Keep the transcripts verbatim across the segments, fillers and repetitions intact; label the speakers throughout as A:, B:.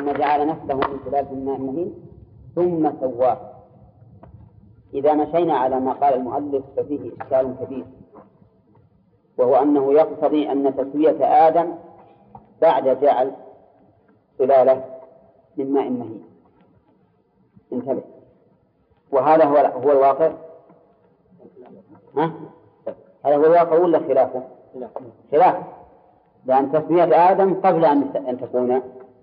A: ثم جعل نفسه من سلالة من ماء مهين ثم سواه. إذا مشينا على ما قال المؤلف ففيه إشكال كبير، وهو أنه يقتضي أن تسوية آدم بعد جعل سلالة من ماء مهين. انتبه، وهذا هو هو الواقع. ها؟ هذا هو الواقع ولا خلافه؟ خلاف، لأن تسوية آدم قبل أن تكون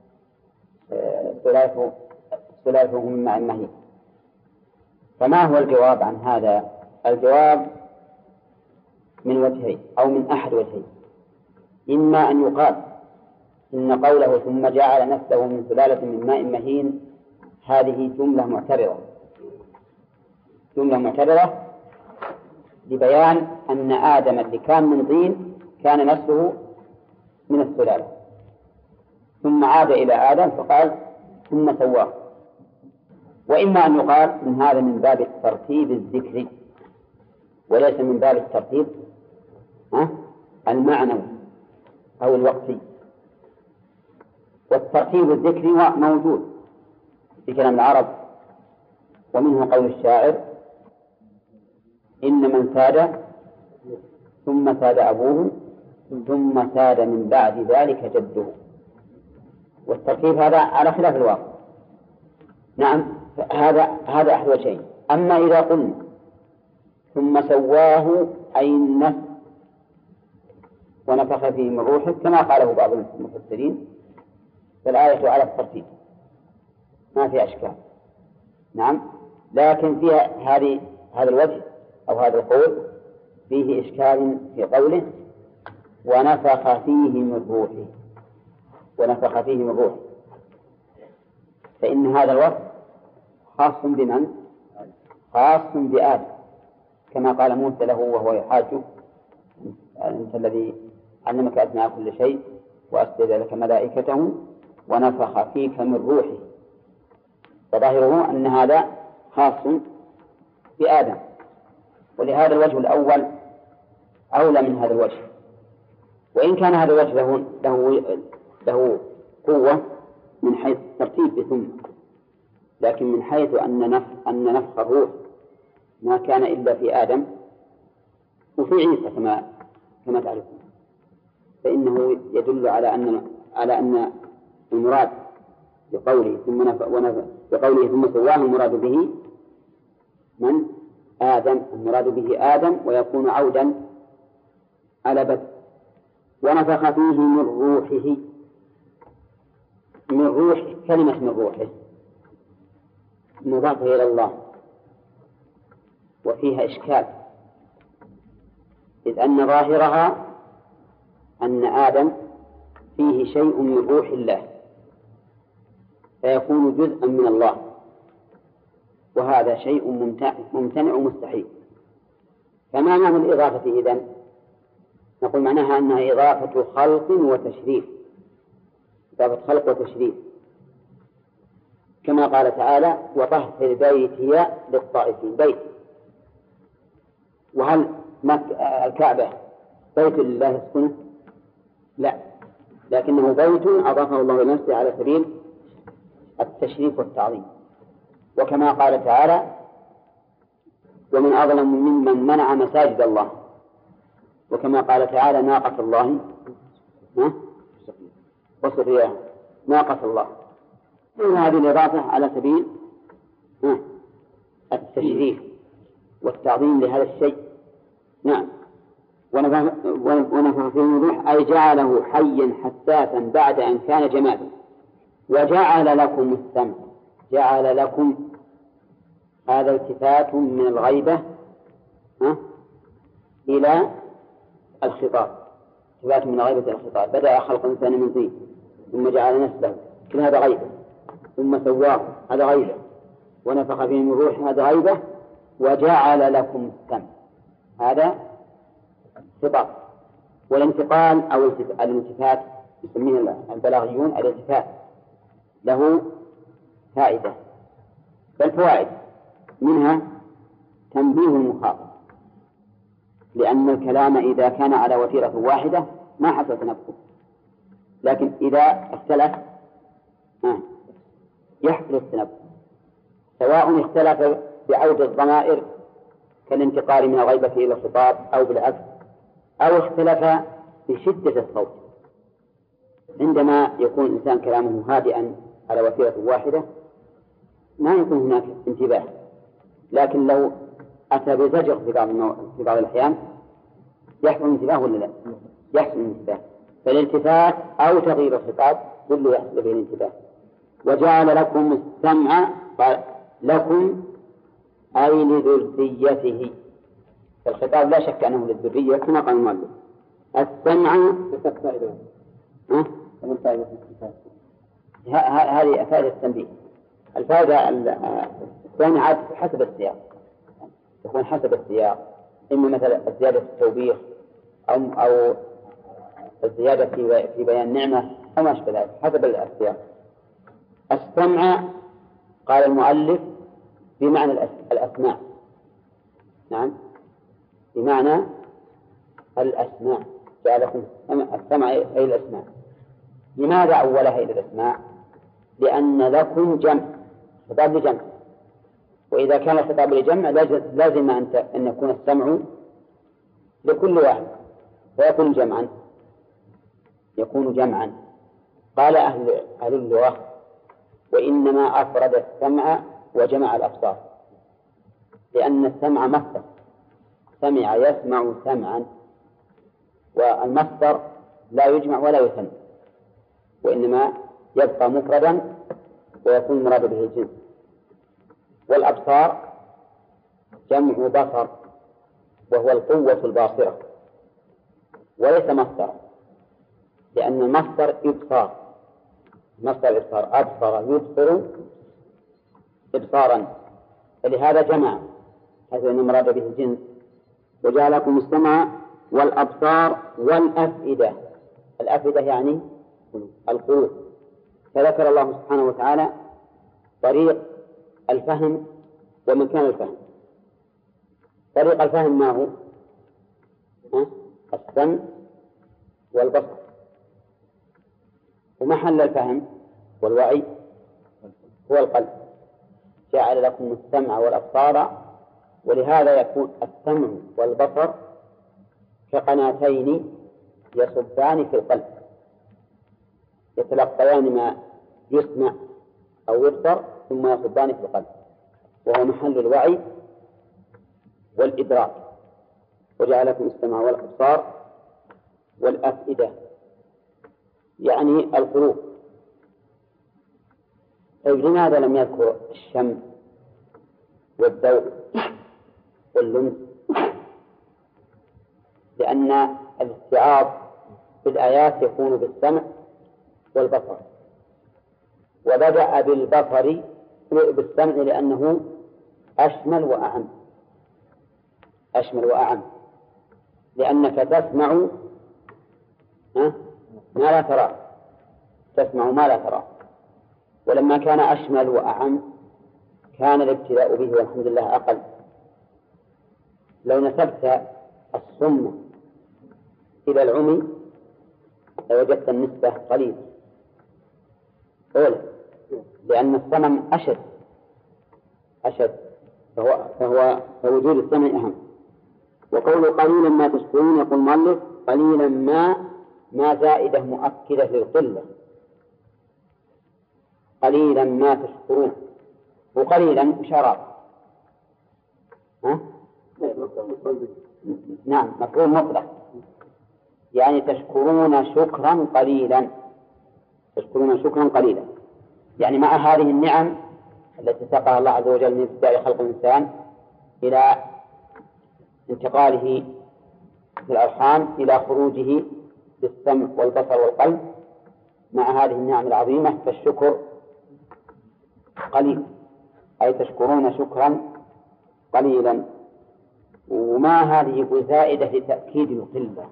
A: سلالته سلالته من ماء مهين. فما هو الجواب عن هذا؟ الجواب من وجهين أو من أحد وجهين. إما أن يقال إن قوله ثم جعل نفسه من سلالة من ماء مهين هذه جملة معترضة، جملة معترضة لبيان أن آدم اللي كان من طين كان نفسه من السلالة، ثم عاد إلى آدم فقال ثم سواه. وإما أن يقال من هذا من باب الترتيب الذكري وليس من باب الترتيب المعنوي أو الوقتي. والترتيب الذكري موجود في كلام العرب، ومنه قول الشاعر إن من ساد ثم ساد أبوه ثم ساد من بعد ذلك جده. والترتيب هذا على خلاف الواقع. نعم، هذا هذا أحد وجهين. أما إذا قلنا ثم سواه أي النفس ونفخ فيه من روحه كما قاله بعض المفسرين فالآية على الترتيب ما في أشكال. نعم، لكن فيها هذه هذا الوجه أو هذا القول فيه إشكال في قوله ونفخ فيه من روحه، ونفخ فيه من روحه، فإن هذا الوصف خاص بمن؟ خاص بآدم، كما قال موسى له وهو يحاجه أنت الذي علمك أسماء كل شيء وأسجد لك ملائكته ونفخ فيك من روحه، فظاهره أن هذا خاص بآدم. ولهذا الوجه الأول أولى من هذا الوجه، وإن كان هذا الوجه له, له, له قوة من حيث ترتيب بثم، لكن من حيث أن نفخ, أن نفخ الروح ما كان إلا في آدم وفي عيسى كما كما تعرفون، فإنه يدل على أن على أن المراد بقوله ثم نفخ ونفخ بقوله ثم سواه المراد به من؟ آدم، المراد به آدم، ويكون عودا على بدء. ونفخ فيه من روحه، من روح، كلمة من روحه مضافة إلى الله وفيها إشكال، إذ أن ظاهرها أن آدم فيه شيء من روح الله فيكون جزءا من الله، وهذا شيء ممتنع ومستحيل. فما معنى الإضافة إذن؟ نقول معناها أنها إضافة خلق وتشريف، إضافة خلق وتشريف، كما قال تعالى وطهر بيتي للطائفين. بيت، وهل الكعبة بيت لله يسكنه؟ لا، لكنه بيت أضافه الله لنفسه على سبيل التشريف والتعظيم. وكما قال تعالى ومن أظلم ممن منع مساجد الله، وكما قال تعالى ناقة الله وسقياها، ناقة الله. إن هذه الإضافة على سبيل التشريف والتعظيم لهذا الشيء. نعم، ونفخ فيه من روح أي جعله حيا حساسا بعد أن كان جمادا. وجعل لكم السمع، جعل لكم، هذا التفات من الغيبة ها إلى الخطاب، التفات من الغيبة إلى الخطاب. بدأ خلق الإنسان من طين ثم جعل نسله، كل هذا غيبة، ثم سواه هذا غيبة، ونفخ فيه من روح هذا غيبة، وجعل لكم السمع هذا خطاب. والانتقال أو الالتفات يسميه البلاغيون الالتفات له فائدة، بل فوائد، منها تنبيه المخاطب، لأن الكلام إذا كان على وتيرة واحدة ما حصل تنبه، لكن إذا اختلف يحصل التنبه، سواء اختلف بعود الضمائر كالانتقال من الغيبة إلى الخطاب أو بالعكس، أو اختلف بشدة الصوت. عندما يكون الإنسان كلامه هادئا على وتيرة واحدة ما يكون هناك انتباه، لكن لو أتى بزجر في بعض في بعض الأحيان يحصل انتباه ولا لا؟ يحصل انتباه. فالالتفات أو تغيير الخطاب كله يحصل به الانتباه. وجعل لكم السمع، قال لكم أي لذريته، فالخطاب لا شك أنه للذرية كما قال المؤلف. السمع هذه فائدة التنبيه. الفائدة الثانية حسب السياق، يكون حسب السياق، إما مثلا الزيادة في التوبيخ أو أو الزيادة في في بيان نعمة أو ما أشبه ذلك حسب السياق. السمع قال المؤلف بمعنى الأسماع، نعم بمعنى الأسماع، جعلكم السمع أي الأسماع. لماذا أولها إلى الأسماع؟ لأن لكم جمع، خطاب لجمع، وإذا كان الخطاب لجمع لازم أن يكون السمع لكل واحد فيكون جمعا، يكون جمعا. قال أهل أهل اللغة وإنما أفرد السمع وجمع الأبصار، لأن السمع مصدر، سمع يسمع سمعا، والمصدر لا يجمع ولا يثنى، وإنما يبقى مفردا ويكون مراد به الجنس. والأبصار جمع بصر وهو القوة الباصرة وليس مصدر، لأن المصدر إبصار، مصدر إبصار، أبصر يبصر إبصارا، فلهذا جمع حيث أن مراد به الجنس. وجعلكم السمع والأبصار والأفئدة، الأفئدة يعني القلوب. فذكر الله سبحانه وتعالى طريق الفهم ومكان الفهم. طريق الفهم ما هو؟ السمع والبصر. ومحل الفهم والوعي هو القلب. جعل لكم السمع والأبصار، ولهذا يكون السمع والبصر كقناتين يصبان في القلب، يتلقيان ما يسمع أو يبصر ثم يصبان في القلب، وهو محل الوعي والإدراك. وجعل لكم السمع والأبصار والأفئدة يعني القلوب. طيب لماذا لم يذكر الشم والذوق واللمس؟ لأن الاستيعاب في الآيات يكون بالسمع والبصر، وبدأ بالبصر بالسمع لأنه أشمل وأعم، أشمل وأعم، لأنك تسمع ما لا ترى، تسمع ما لا ترى. ولما كان أشمل وأعم كان الابتلاء به والحمد لله أقل. لو نسبت الصم إلى العمي لوجدت النسبة قليلة، أولا لأن الصمم أشد أشد فهو, فهو فوجود السمع أهم. وقوله قليلا ما تشكرون يقول المؤلف قليلا ما ما زائدة مؤكدة للقلة، قليلا ما تشكرون، وقليلا شراب ها؟ نعم مفعول مطلق، يعني تشكرون شكرا قليلا، تشكرون شكرا قليلا، يعني مع هذه النعم التي ساقها الله عز وجل من ابتداء خلق الإنسان إلى انتقاله في الأرحام إلى خروجه بالسمع والبصر والقلب، مع هذه النعم العظيمة فالشكر قليل، أي تشكرون شكرا قليلا. وما هذه زائدة لتأكيد القلة،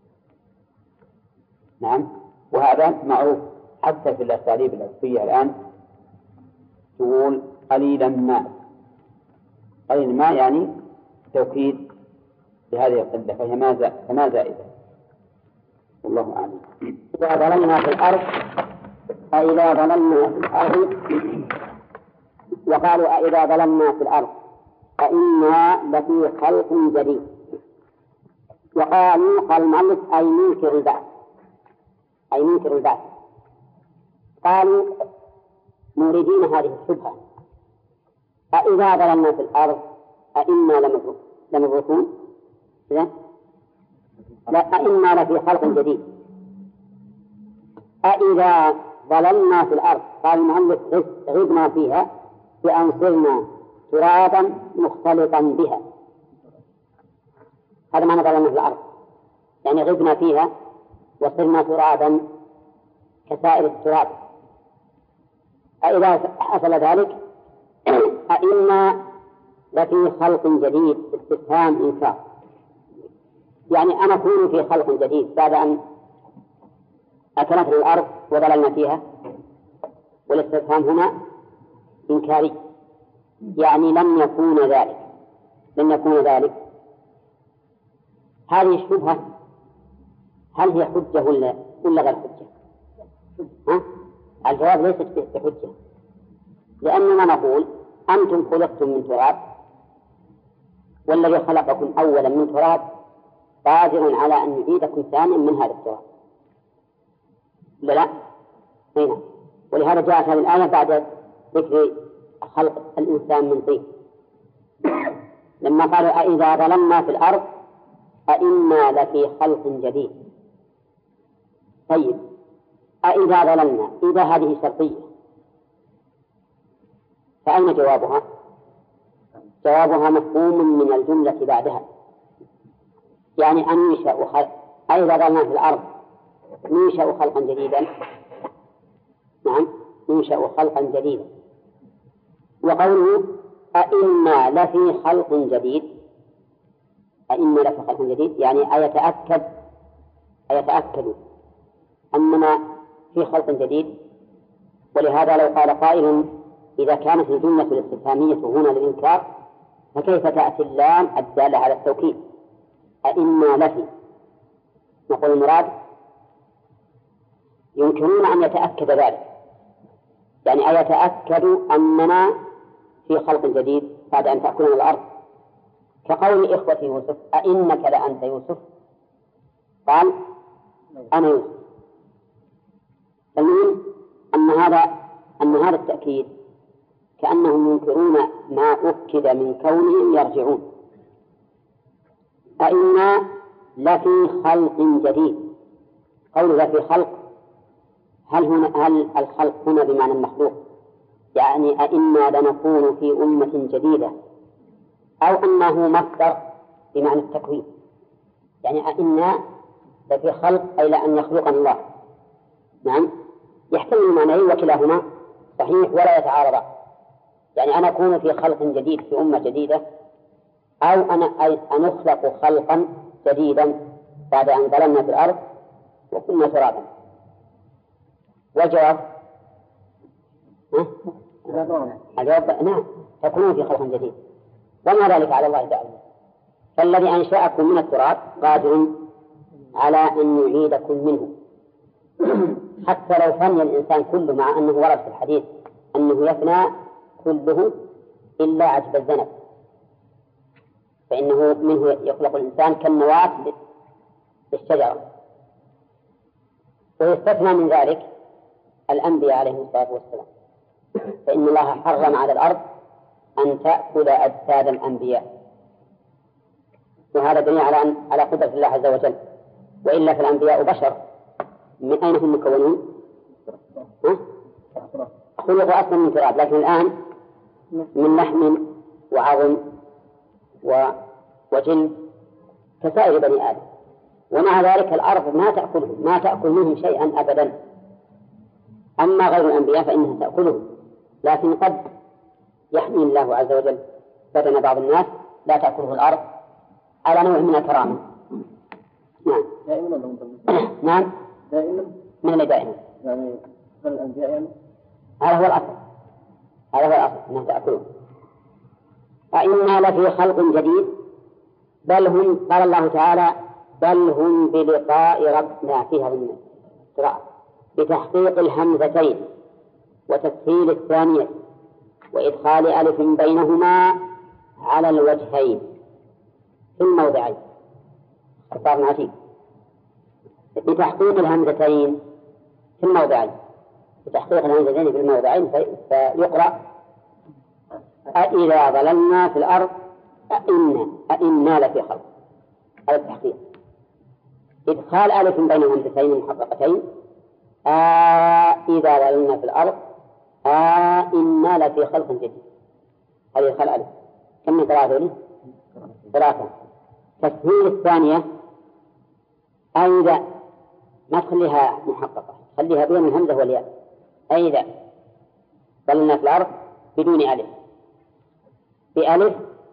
A: نعم، وهذا معروف حتى في الأساليب العرفية الآن تقول قليلا ما، قليلا ما يعني توكيد لهذه القلة، فهي ما فما زائدة. والله أعلم.
B: إذا ظللنا في الأرض فإذا ظللنا في الأرض وقالوا أإذا ظلمنا في الأرض أإنا لفي خلق جديد. وقالوا قال المؤلف أي منكر البعث، أي منكر البعث. قالوا موردين هذه الشبهة أإذا ظلمنا في الأرض أإنا لمبعوثون؟ لا، أإنا لفي خلق جديد. أإذا ظلمنا في الأرض قال المؤلف غبنا فيها بأن صرنا ترابا مختلطا بها، هذا معنى ظلمنا في الأرض، يعني غبنا فيها وصرنا ترابا كسائر التراب. أإذا حصل ذلك أإنا لفي خلق جديد، استفهام إنكار، يعني أنا أكون في خلق جديد بعد أن أكلتنا الأرض وظللنا فيها. والاستفهام هنا إنكاري، يعني لم يكون ذلك، لم يكون ذلك. هذه الشبهة هل هي حجة ولا ولا غير حجة؟ ها؟ الجواب ليست بحجة، لأننا نقول أنتم خلقتم من تراب، والذي خلقكم أولا من تراب قادر على أن يعيدكم ثانيا من هذا التراب، لا لا هنا. ولهذا جاءت هذه الآية بعد ذكر خلق الإنسان من طين، لما قالوا أإذا ظلمنا في الأرض أإنا لفي خلق جديد. طيب أإذا ظلمنا، إذا هذه شرطية، فأين جوابها؟ جوابها مفهوم من الجملة بعدها، يعني أن ينشأ خلق، أإذا ظلمنا في الأرض ننشأ خلقا جديدا. نعم، ننشأ خلقا جديدا. وقوله أإنا لفي خلق جديد، أإنا لفي خلق جديد يعني أيتأكد أيتأكد أننا في خلق جديد. ولهذا لو قال قائل إذا كانت الجملة الاستفهامية هنا للإنكار فكيف تأتي اللام الدالة على التوكيد؟ أإنا لفي، نقول المراد يمكنون أن يتأكد ذلك، يعني أيتأكد أننا في خلق جديد بعد أن تأكلنا الأرض، كقول إخوة يوسف أإنك لأنت يوسف، قال أنا يوسف. فالمهم أن هذا أن هذا التأكيد كأنهم ينكرون ما أكد من كونهم يرجعون. أإنا لفي خلق جديد، قول لفي خلق، هل هنا هل الخلق هنا بمعنى المخلوق، يعني أإنا لنكون في أمة جديدة، أو أنه مصدر بمعنى التكوين، يعني أإنا لفي خلق أي لأن يخلقنا الله. نعم، يحتمل المعنيين وكلاهما صحيح ولا يتعارض، يعني أنا أكون في خلق جديد في أمة جديدة، أو أنا أي أن أخلق خلقا جديدا بعد أن ظلمنا في الأرض وكنا ترابا. والجواب الجواب نعم، تكونون في خلق جديد، وما ذلك على الله تعالى. فالذي أنشأكم من التراب قادر على أن يعيدكم منه، حتى لو فني الإنسان كله، مع أنه ورد في الحديث أنه يفنى كله إلا عجب الذنب، فإنه منه يخلق الإنسان كالنواة للشجرة. ويستثنى من ذلك الأنبياء عليهم الصلاة والسلام، فإن الله حرم على الأرض أن تأكل أجساد الأنبياء، وهذا دليل على أن على قدرة الله عز وجل. وإلا فالأنبياء بشر، من أين هم مكونون؟ خلقوا أصلا من تراب، لكن الآن من لحم وعظم وجلد كسائر بني آدم. ومع ذلك الأرض ما تأكلهم، ما تأكل منهم شيئا أبدا. أما غير الأنبياء فإنها تأكلهم، لكن قد يحمي الله عز وجل بدن بعض الناس لا تأكله الأرض على نوع من الكرامة. نعم
C: دائما
B: نعم
C: دائما
B: من اللي دائما
C: يعني الأنبياء يعني
B: هذا هو الأصل، هذا هو الأصل أنها تأكله. فإنا لفي خلق جديد، بل هم، قال الله تعالى بل هم بلقاء ربنا فيها من قراءة بتحقيق الهمزتين وتسهيل الثانية، وإدخال ألف بينهما على الوجهين في الموضعين صار عتيق بتحقيق الهمزتين في الموضعين بتحقيق الهمزتين في الموضعين فيقرأ أإذا ضللنا في الأرض أئنا أئنا لفي خلق. هذا التحقيق. إدخال ألف بين همزتين محققتين أإذا ضللنا في الأرض أئنا لفي خلق جديد. هذه إدخال ألف. كم من قراءة لي؟ ثلاثة. تسهيل الثانية أيضا ما تخليها محققة، خليها بين الهمزة والياء. أيضا ضللنا في الأرض بدون ألف، بألف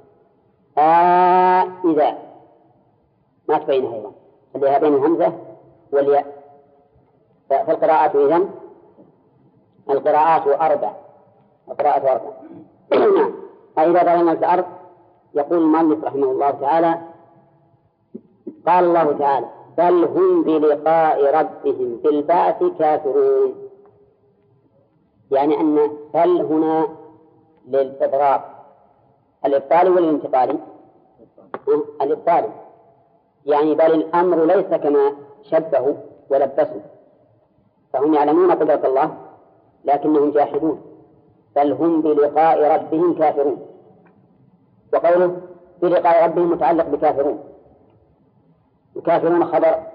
B: إذا ما تبينها أيضا، خليها بين الهمزة والياء. فالقراءات إذن القراءات أربع القراءات أربع. نعم. أئذا ضللنا في الأرض يقول المؤلف رحمه الله تعالى قال الله تعالى بل هم بلقاء ربهم في البعث كافرون. يعني أن بل هنا للإضراب الإبطال والانتقال. الإبطال يعني بل الأمر ليس كما شبهوا ولبسوا، فهم يعلمون قدرة الله لكنهم جاحدون. بل هم بلقاء ربهم كافرون. وقوله بلقاء ربهم متعلق بكافرون، وكافرون خبر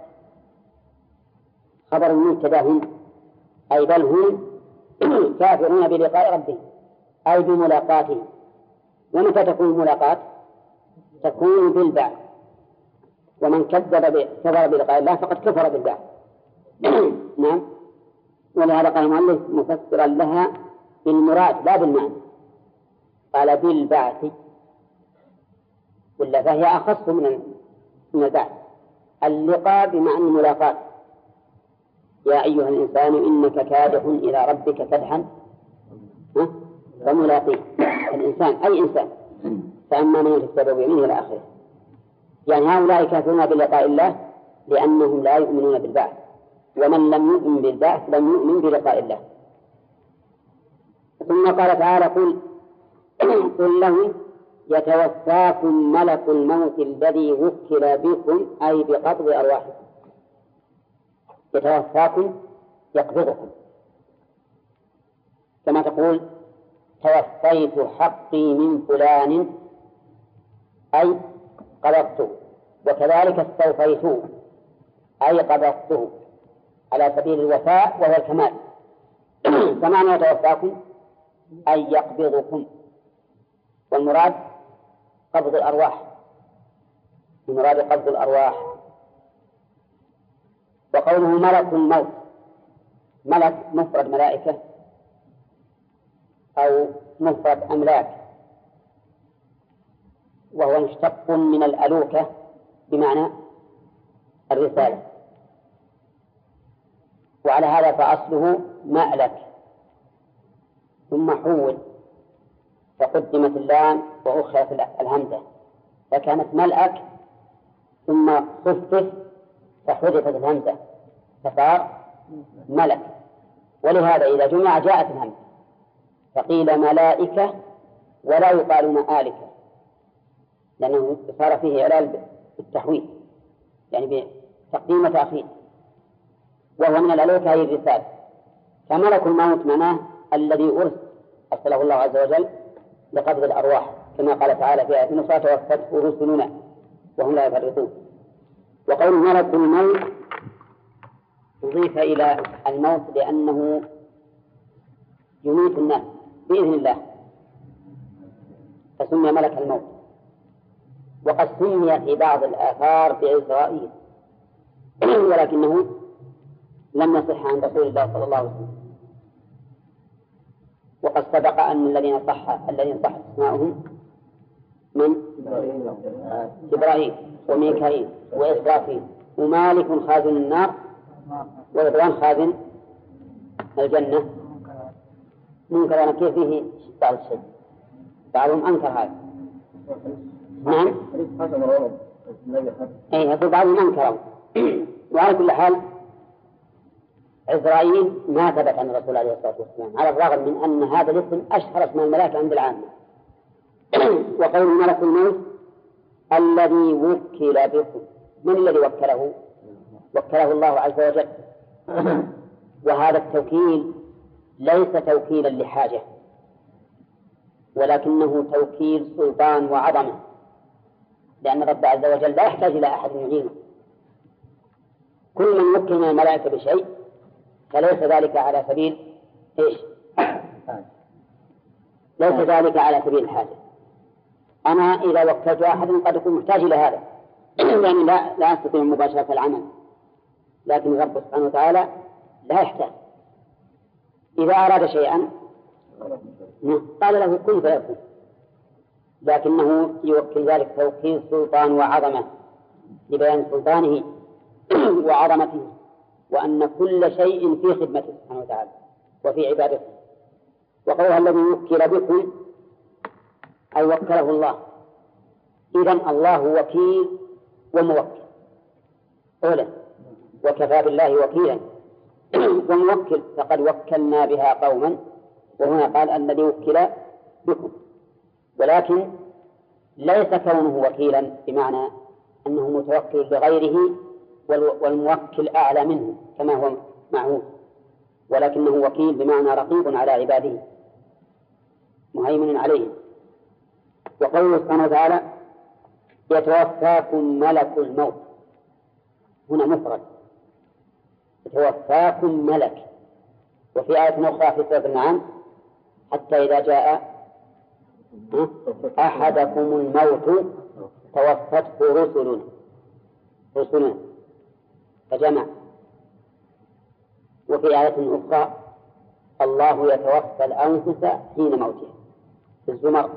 B: خبر مبتدا هم، أي بل هم كافرون بلقاء ربهم أي بملاقاته. ومتى تكون الملاقات؟ تكون بالبعث، ومن كذب كفر بلقاء الله فقد كفر بالبعث. نعم. ولهذا قال المؤلف مفسرا لها بالمراد لا بالمعنى، قال بالبعث، ولا فهي أخص من من البعث. اللقاء بمعنى الملاقاة. يا أيها الإنسان إنك كادح إلى ربك كدحا فملاقيه. الإنسان أي إنسان، فأما من يتكذب بيمينه إلى آخره. يعني هؤلاء كافرون بلقاء الله لأنهم لا يؤمنون بالبعث، ومن لم يؤمن بالبعث لم يؤمن بلقاء الله. ثم قال تعالى قل قل له يتوفاكم ملك الموت الذي وكل بكم أي بقبض أرواحكم. يتوفاكم يقبضكم، كما تقول توفيت حقي من فلان أي قبضته، وكذلك استوفيته أي قبضته على سبيل الوفاء وهو الكمال. فمعنى يتوفاكم أي يقبضكم، والمراد قبض الأرواح، المراد قبض الأرواح. وقوله ملك الموت، ملك مفرد ملائكة أو مفرد أملاك، وهو مشتق من الألوكة بمعنى الرسالة، وعلى هذا فأصله مألك ثم حول فقدمت اللام وأخرت الهمزة فكانت ملأك، ثم خفف فحذفت الهمزة فصار ملك. ولهذا إذا جمع جاءت الهمزة فقيل ملائكة ولا يقال مآلكة، لأنه صار فيه إعلال بالتحويل يعني بتقديم وتأخير، وهو من الألوكة هي الرسالة. فملك الموت معناه الذي أرسله الله عز وجل لقبض الأرواح، كما قال تعالى في آية أخرى توفته رسلنا وهم لا يفرطون. وقول ملك الموت أضيف إلى الموت لأنه يميت الناس بإذن الله فسمي ملك الموت. وقد سمي في بعض الآثار بإسرائيل ولكنه لم يصح عن رسول الله صلى الله عليه وسلم. وقد سبق أن الذين صح الذين صح اسماؤهم من إبراهيم وميكائيل وإسرافيل ومالك خازن النار ورضوان خازن الجنة. منكر ونكير فيه بعض الشيء، بعضهم أنكر هذا. نعم. أي هذا بعضهم أنكر. وعلى كل حال عزرائيل ما ثبت عن الرسول عليه الصلاة والسلام، على الرغم من أن هذا الاسم أشهر اسم الملائكة عند العامة. وقول ملك الموت الذي وكل بكم، من الذي وكله؟ وكله الله عز وجل. وهذا التوكيل ليس توكيلا لحاجة، ولكنه توكيل سلطان وعظمة، لأن الرب عز وجل لا يحتاج إلى أحد يعينه. كل من وكل من الملائكة بشيء فليس ذلك على سبيل إيش؟ ليس ذلك على سبيل الحاجة. أنا إذا وكلت أحد قد أكون محتاج إلى هذا يعني لا لا أستطيع مباشرة العمل، لكن الرب سبحانه وتعالى لا يحتاج. إذا أراد شيئا قال له كن فيكون، لكنه يوكل ذلك توكيل سلطان وعظمة لبيان سلطانه وعظمته، وأن كل شيء في خدمته سبحانه وتعالى وفي عبادته. وقولها الذي وكل بكم أي وكله الله. إذن الله وكيل وموكل أولا، وكفى بالله وكيلا وموكل، فقد وكلنا بها قوما، وهنا قال الذي وكل بكم، ولكن ليس كونه وكيلا بمعنى أنه متوكل لغيره والموكل أعلى منه كما هو معهود، ولكنه وكيل بمعنى رقيب على عباده مهيمن عليهم. وقوله سبحانه وتعالى يتوفاكم ملك الموت، هنا مفرد، يتوفاكم ملك. وفي آية أخرى في سورة الأنعام حتى إذا جاء أحدكم الموت توفته رسلنا رسلنا فجمع. وفي آية أخرى الله يتوفى الأنفس حين موتها في الزمر.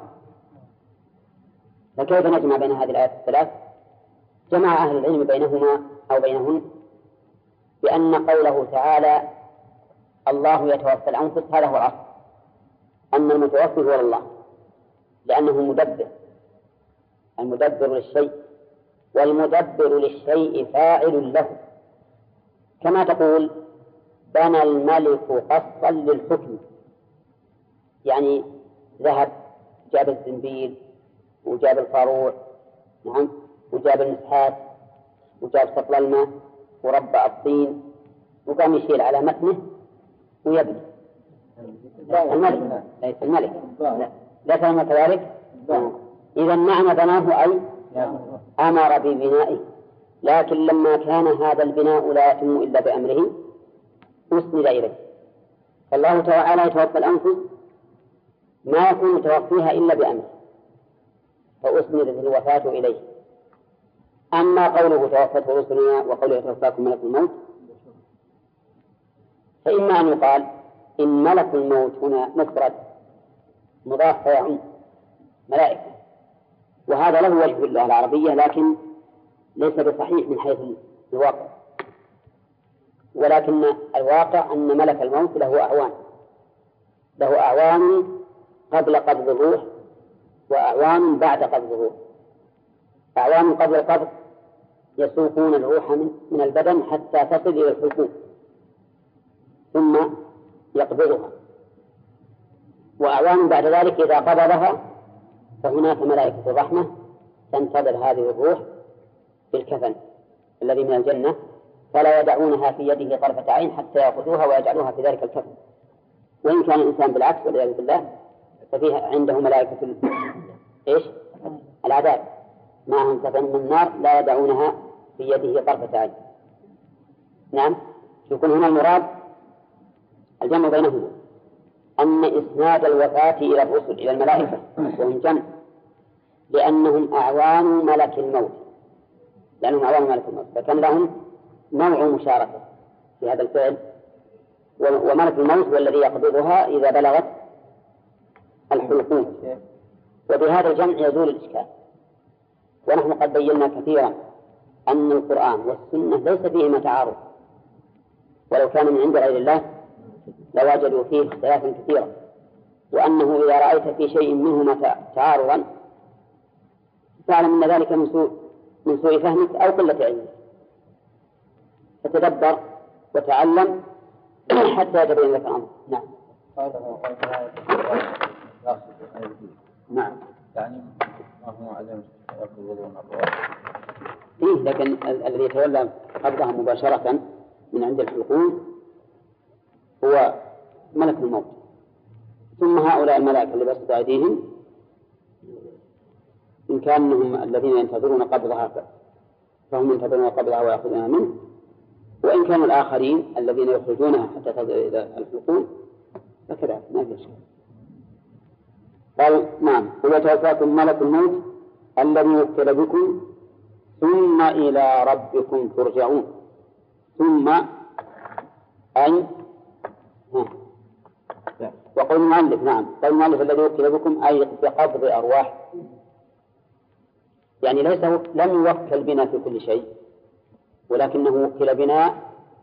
B: فكيف نجمع بين هذه الآيات الثلاث؟ جمع أهل العلم بينهما أو بينهن بأن قوله تعالى الله يتوفى الأنفس هذا هو الأصل، أن المتوفي هو الله، لأنه مدبر، المدبر للشيء، والمدبر للشيء فاعل له. كما تقول بنى الملك قصا للحكم، يعني ذهب جاب الزنبيل وجاب الفاروع، نعم، وجاب المسحات وجاب سطل الماء وربع الطين وقام يشيل على متنه ويبني. الملك ليس الملك، لا كلمة كذلك. إذا معنى بناه أي أمر ببنائه، لكن لما كان هذا البناء لا يتم إلا بأمره أسند إليه. فالله تعالى يتوفى الأنفس ما يكون توفيها إلا بأمره، فأسندت الوفاة إليه. أما قوله توفته رسلنا وقوله يتوفاكم ملك الموت فإما أن يقال إن ملك الموت هنا مفرد مضاف فيعم ملائكة، وهذا له وجه في اللغة العربية لكن ليس بصحيح من حيث الواقع، ولكن الواقع أن ملك الموت له أعوان، له أعوان قبل قبض الروح وأعوان بعد قبض الروح. أعوان قبل القبض يسوقون الروح من البدن حتى تصل إلى الحلقوم ثم يقبضها، وأعوان بعد ذلك إذا قبضها فهناك ملائكة الرحمة تنتظر هذه الروح بالكفن الذي من الجنة، فلا يدعونها في يده طرفة عين حتى يأخذوها ويجعلوها في ذلك الكفن. وإن كان الإنسان بالعكس والعياذ بالله ففيها عنده ملائكة ال... إيش؟ العذاب معهم كفن من النار لا يدعونها في يده طرفة عين. نعم، يكون هنا المراد الجمع بينهما، أن إسناد الوفاة إلى الرسل إلى الملائكة وهم جمع لأنهم أعوان ملك الموت، لأنهم أعوان ملك الموت فكان لهم نوع مشاركة في هذا الفعل. وملك الموت هو الذي يقبضها إذا بلغت الحلقوم. وبهذا الجمع يزول الإشكال. ونحن قد بينا كثيرا أن القرآن والسنة ليس فيهما تعارض، ولو كان من عند غير الله لوجدوا فيه اختلافا كثيرا، وأنه إذا رأيت في شيء منهما تعارضا فاعلم أن ذلك من سوء من سوء فهمك أو قلة علمك، فتدبر وتعلم حتى يتبين لك الأمر. نعم.
C: نعم. يعني ما هو علم يقبضون الروح.
B: إيه، لكن الذي يتولى قبضها مباشرة من عند الحلقوم هو ملك الموت، ثم هؤلاء الملائكة اللي بسط أيديهم إن كانهم الذين ينتظرون قبضها فهم ينتظرون قبضها ويأخذونها منه، وإن كانوا الآخرين الذين يخرجونها حتى تصل إلى الحلقوم فكذا ما في شيء. قال نعم هو توفاكم ملك الموت الذي وكل بكم ثم إلى ربكم ترجعون. ثم أي وقول المؤلف نعم قول المؤلف الذي وكل بكم أي بقبض أرواح، يعني ليس لم يوكل بنا في كل شيء ولكنه وكل بنا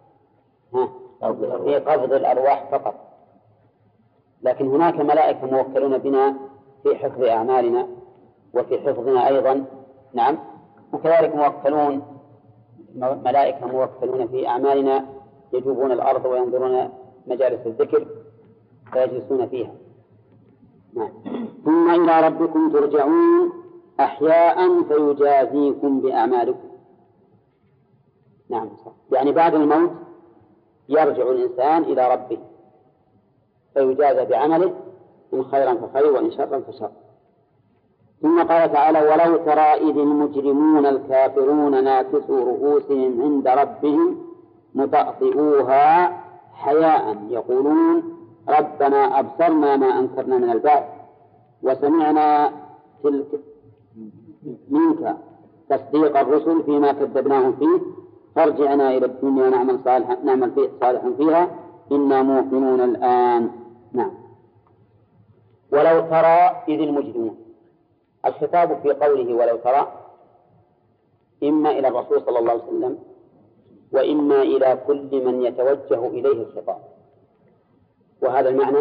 B: في قبض الأرواح فقط، لكن هناك ملائكة موكلون بنا في حفظ أعمالنا وفي حفظنا أيضا. نعم. وكذلك موكلون ملائكة موكلون في أعمالنا يجوبون الأرض وينظرون مجالس الذكر فيجلسون فيها. نعم. ثم إلى ربكم ترجعون أحياء فيجازيكم بأعمالكم. نعم صح. يعني بعد الموت يرجع الإنسان إلى ربه فيجازى بعمله إن خيرا فخير وإن شرا فشر. ثم قال تعالى ولو ترى إذ المجرمون الكافرون ناكسوا رؤوسهم عند ربهم مطأطئوها حياء يقولون ربنا أبصرنا ما أنكرنا من البعث وسمعنا تلك منك تصديق الرسل فيما كذبناهم فيه فارجعنا إلى الدنيا نعمل صالحا نعمل فيه صالحا فيها إنا موقنون الآن. نعم. ولو ترى إذ المجرمون، الخطاب في قوله ولو ترى إما إلى الرسول صلى الله عليه وسلم وإما إلى كل من يتوجه إليه الخطاب، وهذا المعنى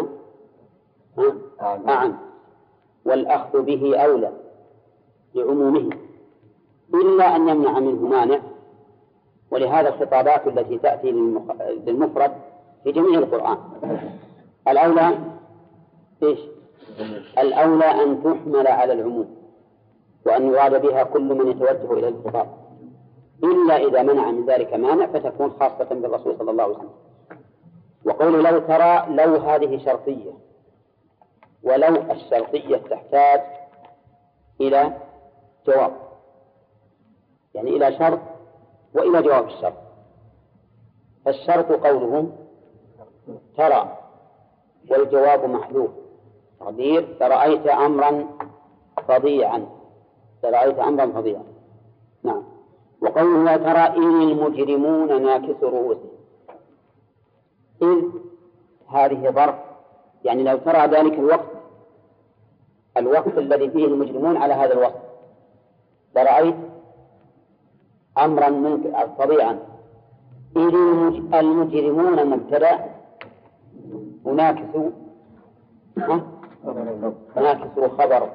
B: أعم والأخذ به أولى لعمومه إلا أن يمنع منه مانع، ولهذا الخطابات التي تأتي للمفرد في جميع القرآن الأولى إيش؟ الأولى أن تحمل على العموم وأن يراد بها كل من يتوجه إلى الخطاب، إلا إذا منع من ذلك مانع فتكون خاصة بالرسول صلى الله عليه وسلم. وقول لو ترى لو هذه شرطية، ولو الشرطية تحتاج إلى جواب، يعني إلى شرط وإلى جواب الشرط. فالشرط قوله ترى والجواب محذوف تقدير ترأيت أمرا فظيعا ترأيت أمرا فظيعا. نعم. وقوله لا ترى إن المجرمون ناكس رؤوسهم، إذ هذه ظرف، يعني لو ترى ذلك الوقت الوقت الذي فيه المجرمون على هذا الوقت لرأيت أمرا منك فظيعا. إذ المجرمون مبتدأ وناكس ناكس خبر،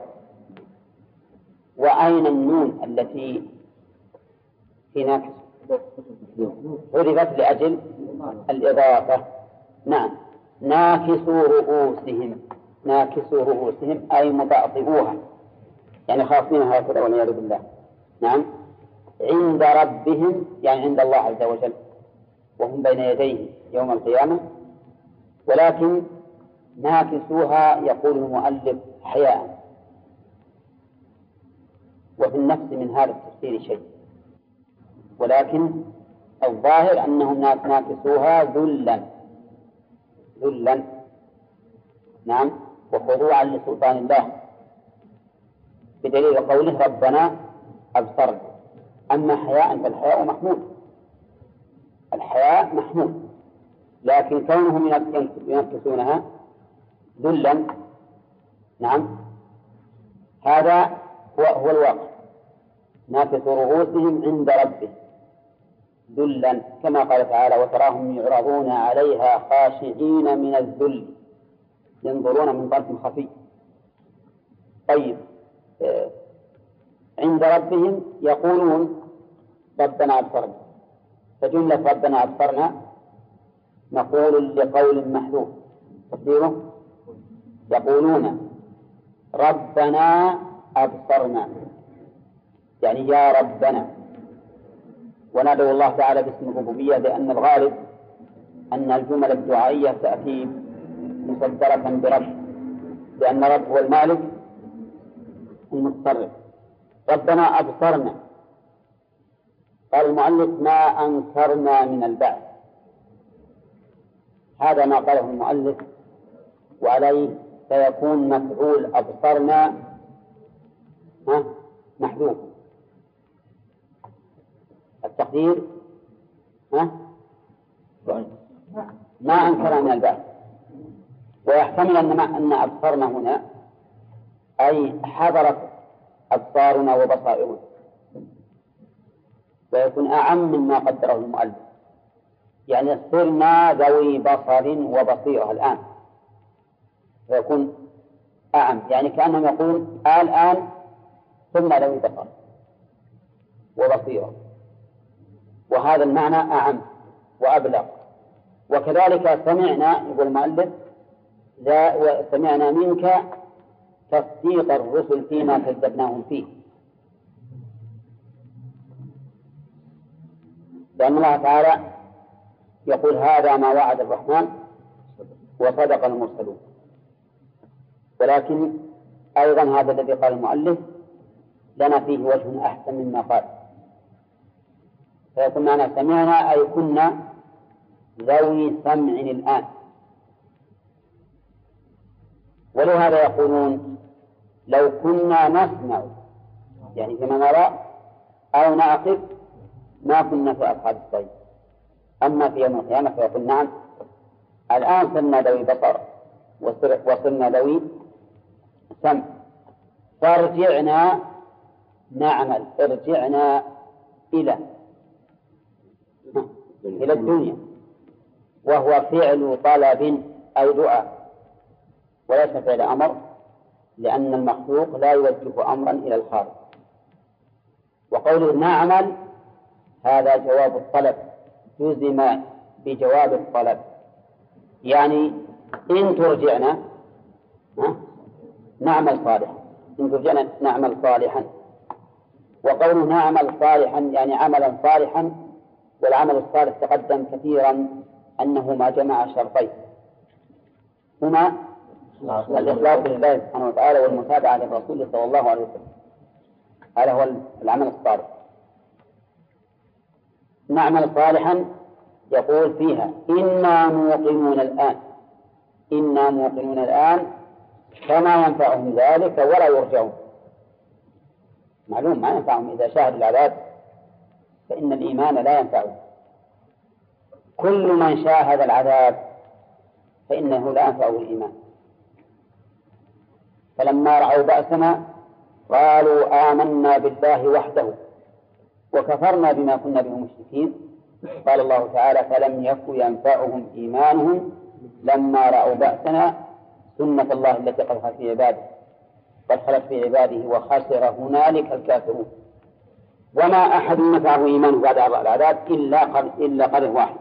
B: وأين النون التي في ناكس؟ حذفت لأجل الإضافة. نعم. ناكسوا رؤوسهم ناكسوا رؤوسهم أي مطأطئوها، يعني خاصينها هكذا والعياذ بالله. نعم. عند ربهم يعني عند الله عز وجل وهم بين يديه يوم القيامة، ولكن ناكسوها يقول المؤلف حياء، وفي النفس من هذا التفسير شيء، ولكن الظاهر أنهم ناكسوها ذلا ذلا نعم وخضوعا لسلطان الله بدليل قوله ربنا أبصرنا. أما حياء فالحياء محمود، الحياء محمود، لكن كونهم ينكسونها ذلا نعم هذا هو, هو الواقع. ناكس رؤوسهم عند ربهم ذلا كما قال تعالى وتراهم يعرضون عليها خاشعين من الذل ينظرون من طرف خفي. طيب آه. عند ربهم يقولون ربنا أبصرنا، فجملة ربنا أبصرنا
A: مفعول لقول محذوف تقديره يقولون ربنا أبصرنا، يعني يا ربنا، ونادوا الله تعالى باسم الربوبية لأن الغالب أن الجمل الدعائية تأتي مصدرة برب، لأن رب هو المالك المتصرف. ربنا أبصرنا، قال المؤلف ما أنكرنا من البعث، هذا ما قاله المؤلف، وعليه فيكون مفعول أبصرنا محذوف. التقدير ها ما أنكرنا من البعث، ويحتمل أن أن أبصرنا هنا أي حضرت أبصارنا وبصائرنا، ويكون أعم مما قدره المؤلف، يعني صرنا ذوي بصر وبصيرة الآن، فيكون أعم، يعني كأنهم يقولون الآن صرنا ذوي بصر وبصيرة، وهذا المعنى أعم وأبلغ. وكذلك سمعنا، يقول المؤلف سمعنا منك تصديق الرسل فيما كذبناهم فيه، لأن الله تعالى يقول هذا ما وعد الرحمن وصدق المرسلون. ولكن أيضا هذا الذي قال المؤلف لنا فيه وجه أحسن مما قال، فيكون معنا سمعنا أي كنا ذوي سمع الآن. ولهذا يقولون لو كنا نسمع، يعني فيما نرى أو نعقل، ما كنا في أصحاب السعير. أما في يوم القيامة فيقول نعم الآن صرنا ذوي بصر وصرنا ذوي سمع، فارجعنا نعمل، ارجعنا إلى إلى الدنيا، وهو فعل طلب أي دعاء وليس فعل أمر، لأن المخلوق لا يوجه أمرا إلى الخالق. وقوله نعمل هذا جواب الطلب، جزم بجواب الطلب، يعني إن ترجعنا نعمل صالحا، إن ترجعنا نعمل صالحا. وقوله نعمل صالحا يعني عملا صالحا، والعمل الصالح تقدم كثيرا أنه ما جمع شرطين، هما الإخلاص لله سبحانه وتعالى والمتابعة للرسول صلى الله عليه وسلم، هذا هو العمل الصالح. نعمل صالحا يقول فيها إنا موقنون الآن، إنا موقنون الآن، فما ينفعهم ذلك ولا يرجعون. معلوم ما ينفعهم إذا شاهدوا العذاب، فإن الإيمان لا ينفعهم. كل من شاهد العذاب فإنه لا ينفعه الإيمان. فلما رأوا بأسنا قالوا آمنا بالله وحده وكفرنا بما كنا به مشركين. قال الله تعالى فلم يكن ينفعهم إيمانهم لما رأوا بأسنا سنة الله التي قد خلت في عباده قد خلت في عباده وخسر هنالك الكافرون. وما أحد نفعه إيمانه بعد العذاب إلا قرن إلا قرن واحد،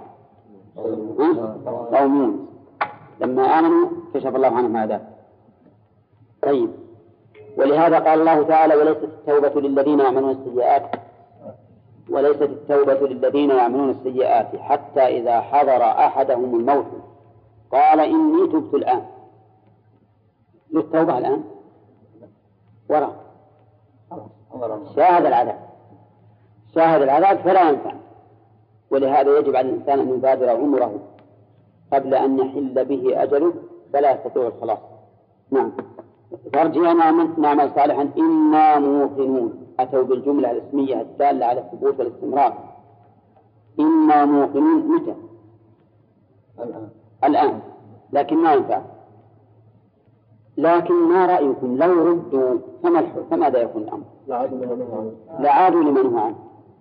A: قوم يونس لما آمنوا كشف الله عنهم عذاب. طيب، ولهذا قال الله تعالى وليست التوبة للذين يعملون السيئات وليست التوبة للذين يعملون السيئات حتى إذا حضر أحدهم الموت قال إني تبت الآن. للتوبة الآن وراء شاهد العذاب شاهد العذاب فلا ينفع. ولهذا يجب على الإنسان أن يبادر عمره قبل أن يحل به أجله فلا يستطيع الخلاص. نعم. فارجعنا نعمل صالحا إنا موقنون، أتوا بالجملة الاسمية الدالة على الثبوت والاستمرار. إنا موقنون متى؟ الآن. الآن، لكن ما ينفع. لكن ما رأيكم لو ردوا فماذا يكون الأمر؟ لعادوا لمن هو عنه.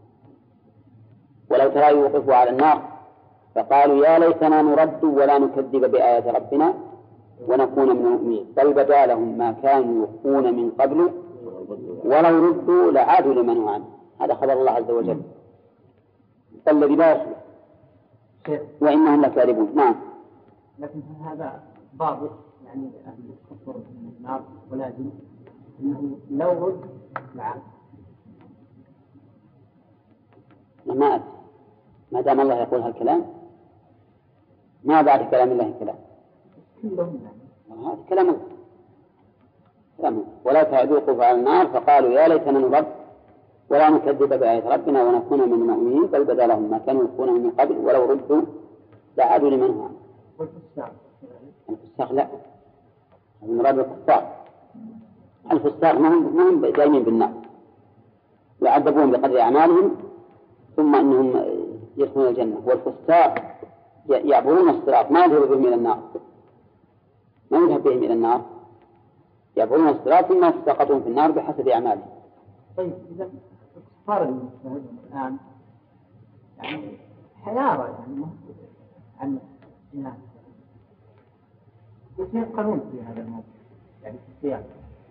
A: ولو ترى يوقفوا على النار فقالوا يا ليتنا نرد ولا نكذب بآيات ربنا ونكون من المؤمنين بل بدا لهم ما كانوا يخفون من قبل ولو ردوا لعادوا لمن هو عنه. هذا خبر الله عز وجل الذي لا يصلح. وإنهم لكاذبون. نعم.
D: لكن هذا ضابط يعني أهل الكفر من النار ولازم أنه لو رد العام.
A: ما أدري ما دام الله يقول هالكلام ما بعد كلام الله كلام.
D: كلهم يعني.
A: هذا كلام الله. كلام ولا تعذوقوا فعلى النار فقالوا يا ليتنا نرد ولا نكذب بآيات ربنا ونكون من المؤمنين بل بدا لهم ما كانوا يخفون من قبل ولو ردوا لعادوا لمن هو.
D: والفساق.
A: الفساق لا. المراد الكفار. الفساق ما هم ما هم دائمين بالنار. يعذبون بقدر أعمالهم ثم أنهم يدخلون الجنة. والفساق يعبرون الصراط ما يذهب بهم إلى النار. ما يذهب بهم إلى النار. يعبرون الصراط ثم يسقطون في النار بحسب أعمالهم.
D: طيب إذا الكفار المشاهدون الآن يعني حيارى يعني عن الناس يتيقنون في هذا الموضوع يعني في السياق.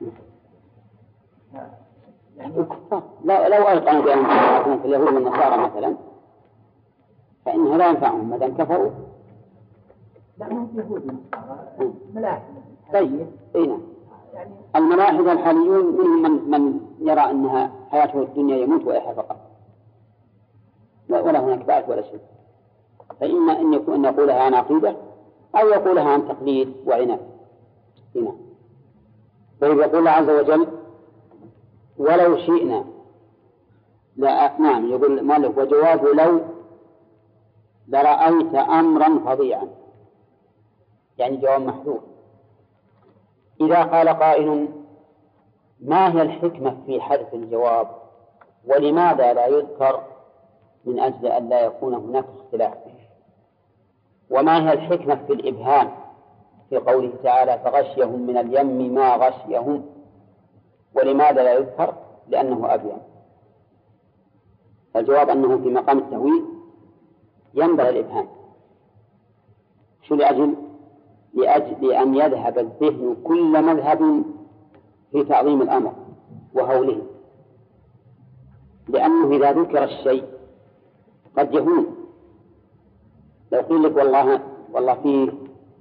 A: يعني الكفار لا لو أيقنوا بأنهم يكونون في اليهود والنصارى مثلا فإنه لا ينفعهم ما دام كفروا.
D: لا ما هو يهود والنصارى ملاحدة.
A: طيب أين يعني الملاحدة الحاليون منهم من, من يرى أنها حياته الدنيا يموت ويحيا فقط ولا هناك بعث ولا شيء. فإما أن يكون أن يقولها عن عقيدة أو يقولها عن تقليد وعناد. هنا طيب يقول الله عز وجل ولو شئنا لا. نعم يقول مالك وجواب لو لرأيت أمرا فظيعا يعني جواب محذوف. إذا قال قائل ما هي الحكمة في حذف الجواب ولماذا لا يذكر من أجل أن لا يكون هناك اختلاف؟ وما هي الحكمة في الإبهام في قوله تعالى فغشيهم من اليم ما غشيهم ولماذا لا يذكر؟ لأنه أبين. الجواب أنه في مقام التهويل ينبغي الإبهام. شو لأجل؟ لأجل أن يذهب الذهن كل مذهب في تعظيم الأمر وهوله. لأنه إذا ذكر الشيء قد يهون. لو قيل لك والله والله فيه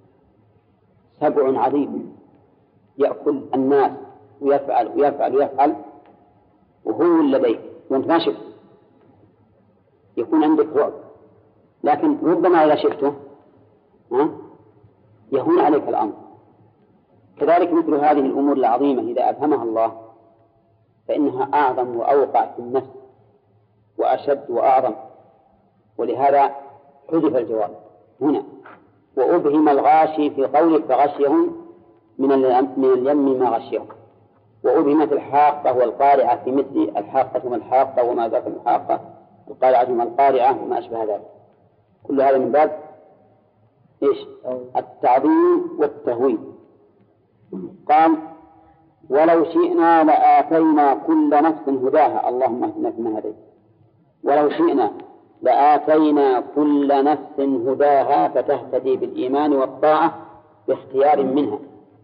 A: سبع عظيم يأكل الناس ويفعل ويفعل ويفعل وهو لديك وأنت ما شفت يكون عندك رعب. لكن ربما إذا شفته ها يهون عليك الأمر. كذلك مثل هذه الأمور العظيمة إذا أبهمها الله فإنها أعظم وأوقع في النفس وأشد وأعظم. ولهذا حذف الجواب هنا وأبهم الغاشي في قولك فغشيهم من اليم ما غشيهم. وأبهمت الحاقة والقارعة في مثل الحاقة ما الحاقة وما ذاك الحاقة القارعة ما القارعة وما أشبه ذلك. كل هذا من باب إيش؟ التعظيم والتهويل. قال ولو شئنا لآتينا كل نفس هداها اللهم اهدنا فيمن هديت. ولو شئنا لآتينا كل نفس هداها فتهتدي بالإيمان والطاعة باختيار منها.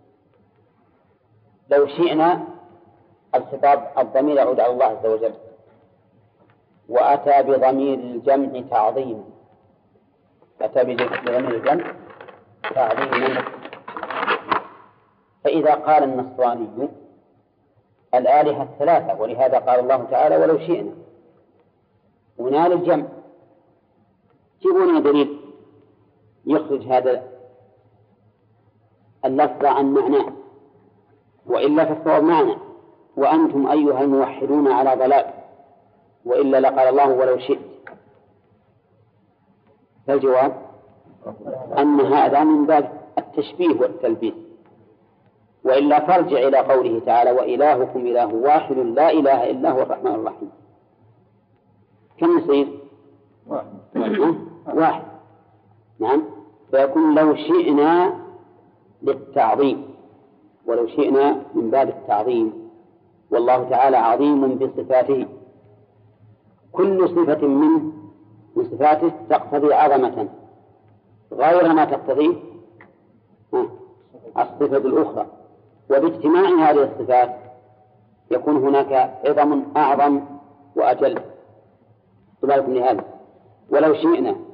A: لو شئنا الخطاب الضمير يعود على الله عز وجل وأتى بضمير الجمع تعظيما. أتى بضمير الجمع تعظيما. فإذا قال النصراني الآلهة الثلاثة ولهذا قال الله تعالى ولو شئنا ونال الجمع جيبوا دليل يخرج هذا اللفظ عن معناه وإلا فالصواب معنى وأنتم أيها الموحدون على ضلال وإلا لقال الله ولو شئت. فالجواب أن هذا من باب التشبيه والتلبيس وإلا فارجع إلى قوله تعالى وإلهكم إله واحد لا إله إلا هو الرحمن الرحيم. كم يصير؟ واحد. واحد. نعم. فيكون لو شئنا للتعظيم ولو شئنا من باب التعظيم. والله تعالى عظيم بصفاته كل صفة منه من صفاته تقتضي عظمة غير ما تقتضيه الصفة الأخرى. وباجتماع هذه الصفات يكون هناك عظم أعظم وأجل. تبارك لهذا ولو شئنا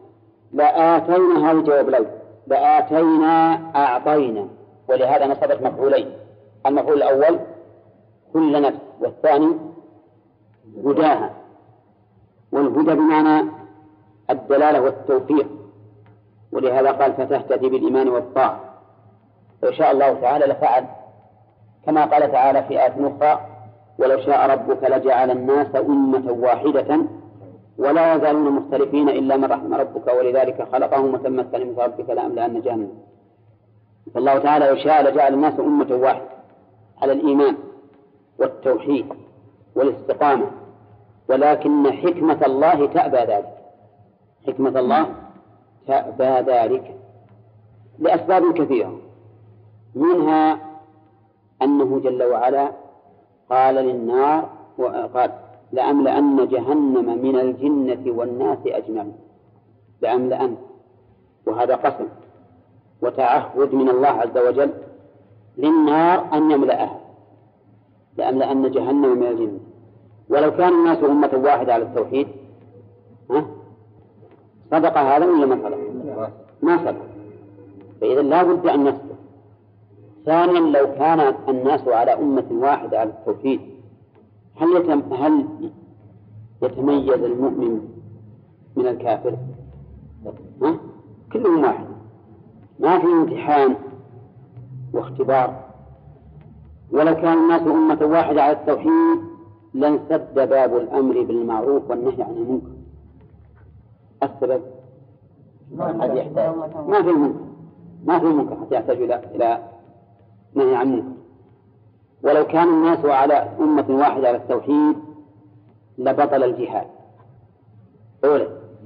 A: لآتينا، هذا جواب لو، لآتينا أعطينا، ولهذا نصبت مفعولين، المفعول الأول كل نفس، والثاني هداها، والهدى بمعنى الدلالة والتوفيق، ولهذا قال فتهتدي بالإيمان والطاعة. لو شاء الله تعالى لفعل، كما قال تعالى في آية أخرى ولو شاء ربك لجعل الناس أمة واحدة ولا يزالون مختلفين إلا من رحم ربك ولذلك خلقهم وتمت كلمة ربك لأملأن جهنم. فالله تعالى لو شاء لجعل الناس أمة واحدة على الإيمان والتوحيد والاستقامة، ولكن حكمة الله تأبى ذلك، حكمة الله تأبى ذلك لأسباب كثيرة، منها أنه جل وعلا قال للنار وقال لأملأن جهنم من الجنة والناس أجمعين، لأملأن، وهذا قسم وتعهد من الله عز وجل للنار أن يملأها، لأملأن جهنم من الجنة. ولو كان الناس أمة واحدة على التوحيد ها؟ صدق هذا ولا ما صدق؟ ما صدق، فإذا لا بد أن نصدق. ثانيا لو كان الناس على أمة واحدة على التوحيد هل يتم هل يتميز المؤمن من الكافر؟ ها؟ كلهم واحد، ما في امتحان واختبار. ولو كان الناس أمة واحدة على التوحيد لانسد باب الأمر بالمعروف والنهي عن المنكر. السبب قد يحتاج، ما في منكر، ما في منكر حتى يحتاج إلى إلى نهي عن منكر. ولو كان الناس على أمة واحدة على التوحيد لبطل الجهاد. أولا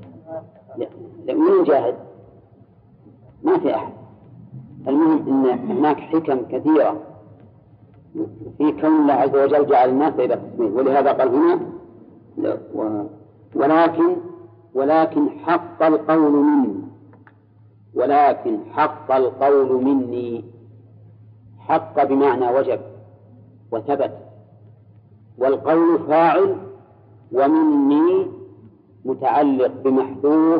A: من جاهد؟ ما في أحد. المهم أن هناك حكم كثيرة في كون الله عز وجل جعل الناس إلى قسمين، ولهذا قال هنا ولكن ولكن حق القول مني، ولكن حق القول مني، حق بمعنى وجب وثبت، والقول فاعل، ومني متعلق بمحذوف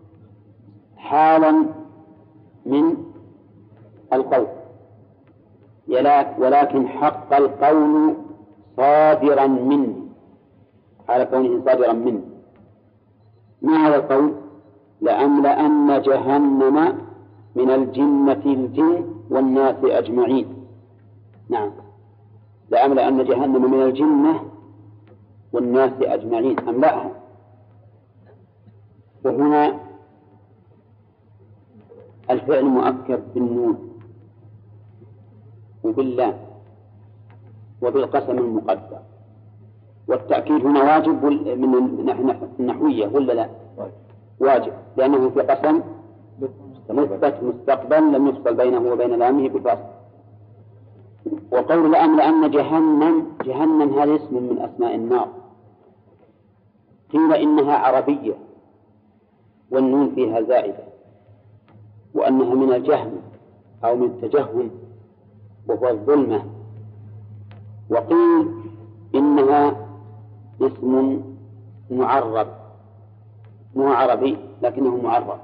A: حالا من القول، ولكن حق القول صادرا مني، حال كونه صادرا مني. ما هذا القول؟ لأملأن جهنم من الجنة الجن والناس أجمعين. نعم، لأملأن جهنم من الجنة والناس أجمعين، أملأها. وهنا الفعل مؤكد بالنون وباللام وبالقسم المقدر، والتأكيد هنا واجب من النحوية ولا لا؟ واجب، لأنه في قسم مثبت مستقبل لم يفصل بينه وبين لامه بفاصل. وقول لأملأن جهنم، جهنم هذا اسم من أسماء النار، قيل إنها عربية والنون فيها زائدة، وأنها من الجهل أو من التجهل وهو الظلمة، وقيل إنها اسم معرب، مو عربي لكنه معرب.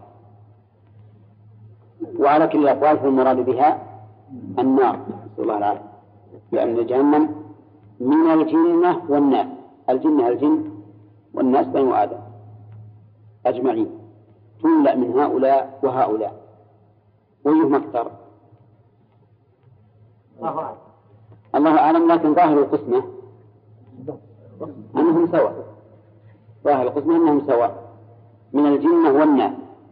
A: وعلى كل الأقوال فالمراد بها النار، نسأل الله العافية، لأن جهنم من الجنة والناس، الجنة الجن والناس بنو آدم أجمعين، تملأ من هؤلاء وهؤلاء. ويهم أكثر الله أعلم، لكن ظاهر القسمة أنهم سواء، ظاهر القسمة أنهم سواء من الجنة والناس.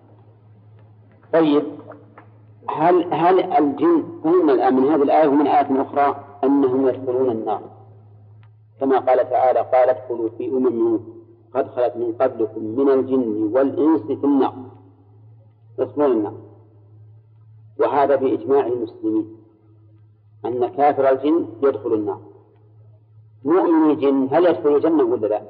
A: طيب هل هل الجن فهمنا الآن من هذه الآية ومن آية أخرى أنهم يدخلون النار، كما قال تعالى قال ادخلوا في أمم قد خلت من قبلكم من الجن والإنس في النار، يدخلون النار. وهذا بإجماع المسلمين أن كافر الجن يدخل النار. مؤمن الجن هل يدخل الجنة ولا لا؟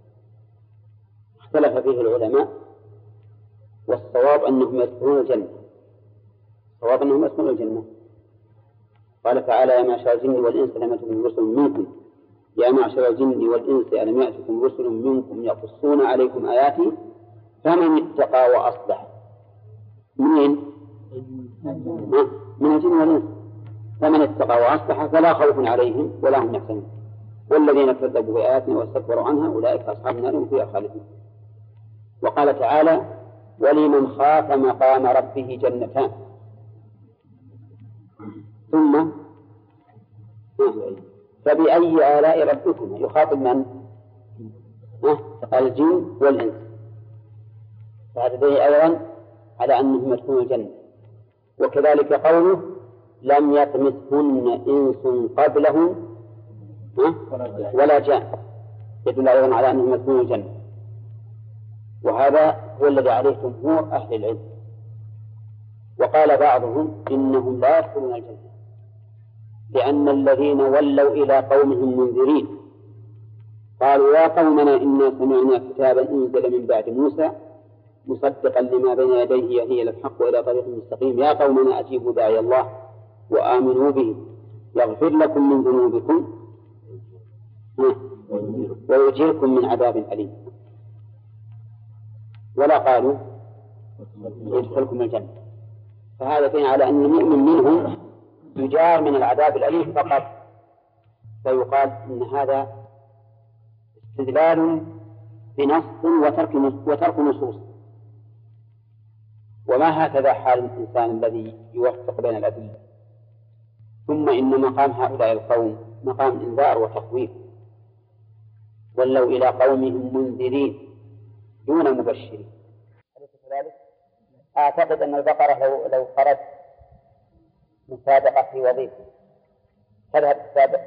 A: اختلف فيه العلماء، والصواب أنهم يدخلون الجنة، الصواب أنهم يدخلون الجنة. قال تعالى يا معشر الجن والإنس ألم يأتكم رسل منكم يا معشر الجن والإنس ألم يأتكم رسل منكم يقصون عليكم آياتي فمن اتقى وأصلح منين؟ من الجن والإنس. فمن اتقى وأصلح فلا خوف عليهم ولا هم يحزنون والذين كذبوا بآياتنا واستكبروا عنها أولئك أصحاب النار هم فيها خالدون. وقال تعالى: ولمن خاف مقام ربه جنتان. ثم فبأي آلاء ربكما يخاطب من؟ الجن والإنس. فهذا دليل أيضا على أنهم يدخلون الجنة. وكذلك قوله: لم يطمثهن إنس قبلهم ولا جاء، يدل أيضا على أنهم يدخلون الجنة. وهذا هو الذي عليه جمهور أهل العلم. وقال بعضهم إنهم لا يدخلون الجنة لأن الذين ولوا إلى قومهم منذرين قالوا: يا قومنا إنا سمعنا كتابا أنزل من بعد موسى مصدقا لما بين يديه يهدي إلى الحق وإلى طريق مستقيم، يا قومنا أجيبوا داعي الله وآمنوا به يغفر لكم من ذنوبكم ويجيركم من عذاب أليم. ولا قالوا يدخلكم الجنة. فهذا دليل على أن المؤمن منهم يجار من العذاب الأليم فقط. فيقال إن هذا استدلال بنص وترك وترك نصوص. وما هكذا حال الإنسان الذي يوفق بين الأدلة. ثم إن مقام هؤلاء القوم مقام إنذار وتخويف، ولوا إلى قومهم منذرين دون مبشرين. أليس كذلك؟ أعتقد أن البقرة لو لو خرج مسابقة في وظيفة تذهب تسابق؟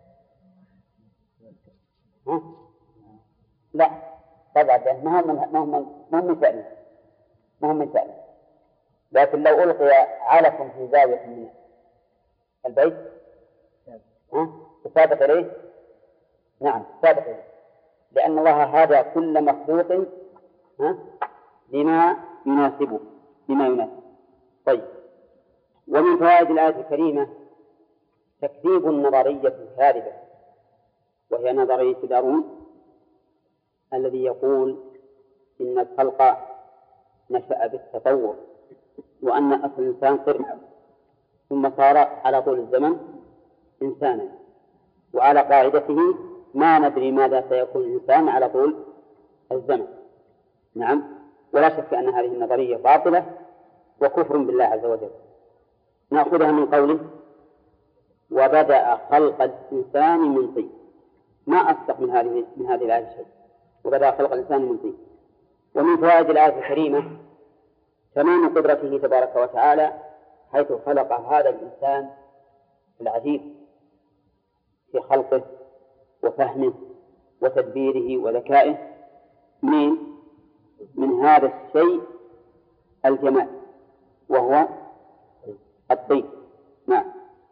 A: ها؟ لا طبعا ما هم ما هم ما هم مثالي ما هم مثالي. لكن لو ألقي علف في زاوية من البيت ها تسابق إليه؟ نعم تسابق إليه، لأن الله هذا كل مخلوق ها لما يناسبه لما يناسب. طيب. ومن فوائد الآية الكريمة تكذيب النظرية الكاذبة، وهي نظرية داروين الذي يقول إن الخلق نشأ بالتطور، وأن أصل الإنسان قرد ثم صار على طول الزمن إنسانا، وعلى قاعدته ما ندري ماذا سيكون الإنسان على طول الزمن. نعم، ولا شك أن هذه النظرية باطلة وكفر بالله عز وجل. نأخذها من قوله: وبدأ خلق الإنسان من طين. ما أصدق من هذه من هذه الآية شيء. وبدأ خلق الإنسان من طين. ومن فوائد الآية الكريمة تمام قدرته تبارك وتعالى، حيث خلق هذا الإنسان العجيب في خلقه وفهمه وتدبيره وذكائه من من هذا الشيء الجمال وهو الطين. نعم.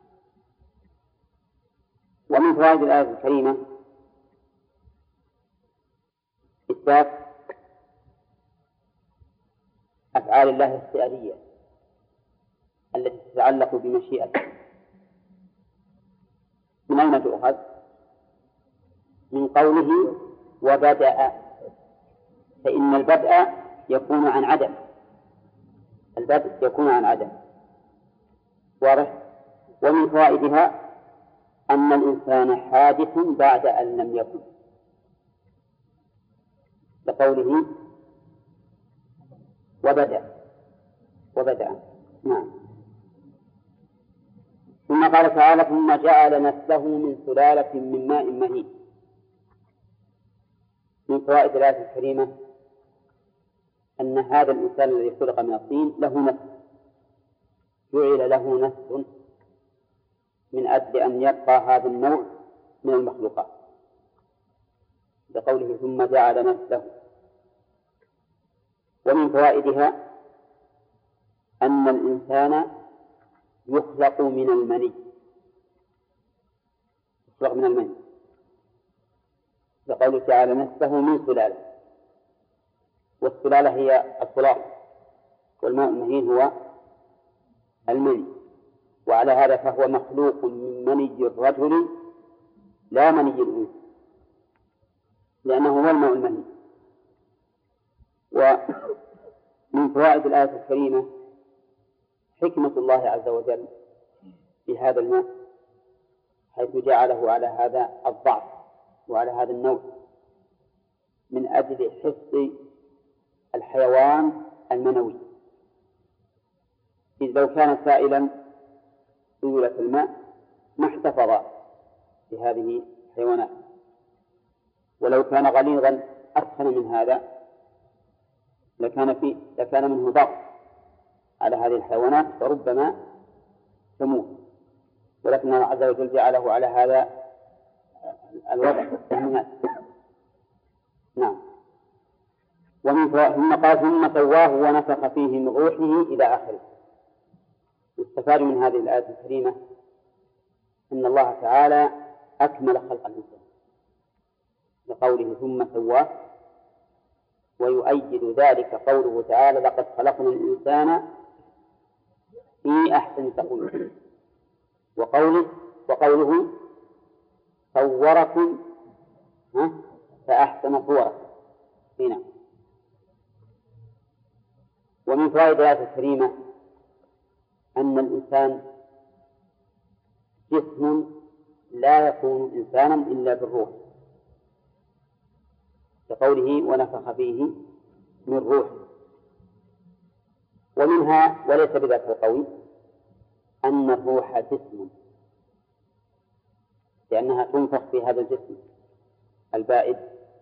A: ومن فوائد الآية الكريمة إثبات أفعال الله الاختيارية التي تتعلق بمشيئته. من أين تؤخذ؟ من قوله وبدأ، فإن البدء يكون عن عدم، البدء يكون عن عدم. واضح؟ ومن فوائدها أن الإنسان حادث بعد أن لم يكن، لقوله وبدأ وبدأ. نعم. ثم قال تعالى: ثم جعل نسله من سلالة من ماء مهين. من فوائد الآية الكريمة أن هذا الإنسان الذي خلق من الطين له نفس، جعل له نفس من أجل أن يبقى هذا النوع من المخلوقات، لقوله ثم جعل نسله. ومن فوائدها أن الإنسان يخلق من المني، يخلق من المني، لقوله تعالى: نسله من سلالة. والسلالة هي الصلاة، والماء المهين هو المني. وعلى هذا فهو مخلوق من مني الرجل لا مني الأنثى، لأنه هو الماء المهين. ومن فوائد الآية الكريمة حكمة الله عز وجل في هذا الماء حيث جعله على هذا الضعف وعلى هذا النوع من أجل حفظ الحيوان المنوي، إذ لو كان سائلا سيولة الماء ما احتفظ بهذه الحيوانات، ولو كان غليظا أسخن من هذا لكان في لكان منه ضغط على هذه الحيوانات فربما تموت، ولكن الله عز وجل جعله على هذا الوضع المناسب. نعم. ومن ثم قال ثم سواه ونفخ فيه من روحه إلى آخره. يستفاد من هذه الآية الكريمة أن الله تعالى أكمل خلق الإنسان لقوله ثم سواه، ويؤيد ذلك قوله تعالى لقد خلقنا الإنسان في أحسن تقويم، وقوله وقوله صوركم فأحسن صوركم. هنا ومن فوائد الآية الكريمة أن الإنسان جسم لا يكون إنسانا إلا بالروح، كقوله ونفخ فيه من روح. ومنها وليس بذاك القول أن الروح جسم، لأنها تنفخ في هذا الجسم البائد،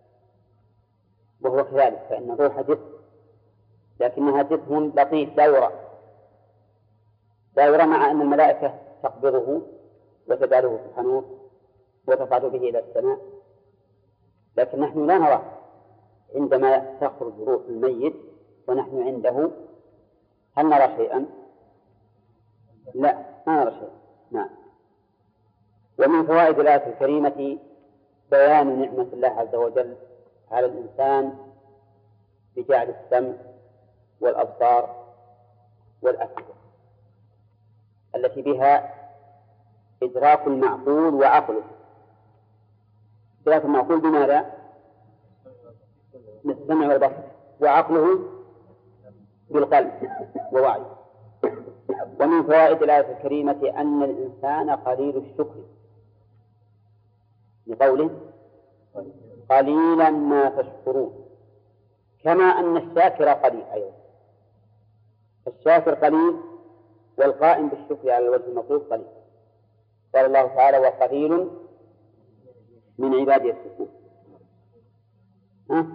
A: وهو كذلك، فإن الروح جسم لكنها جسم لطيف لا يرى لا يرى مع أن الملائكة تقبضه وتجعله في الحنوط وتصعد به إلى السماء، لكن نحن لا نراه عندما تخرج روح الميت ونحن عنده. هل نرى شيئا؟ لا، ما نرى شيئا. نعم. ومن فوائد الآية الكريمة بيان نعمة الله عز وجل على الإنسان بجعل السمع والأبصار والأفئدة التي بها إدراك المعقول وعقله. إدراك المعقول بماذا؟ بالسمع والبصر، وعقله بالقلب ووعي. ومن فوائد الآية الكريمة أن الإنسان قليل الشكر لقوله قليلا ما تشكرون، كما أن الشاكر قليل أيضا. الشاكر قليل والقائم بالشكر على الوجه المطلوب قليل. قال الله تعالى وقليل من عبادي الشكور. ها؟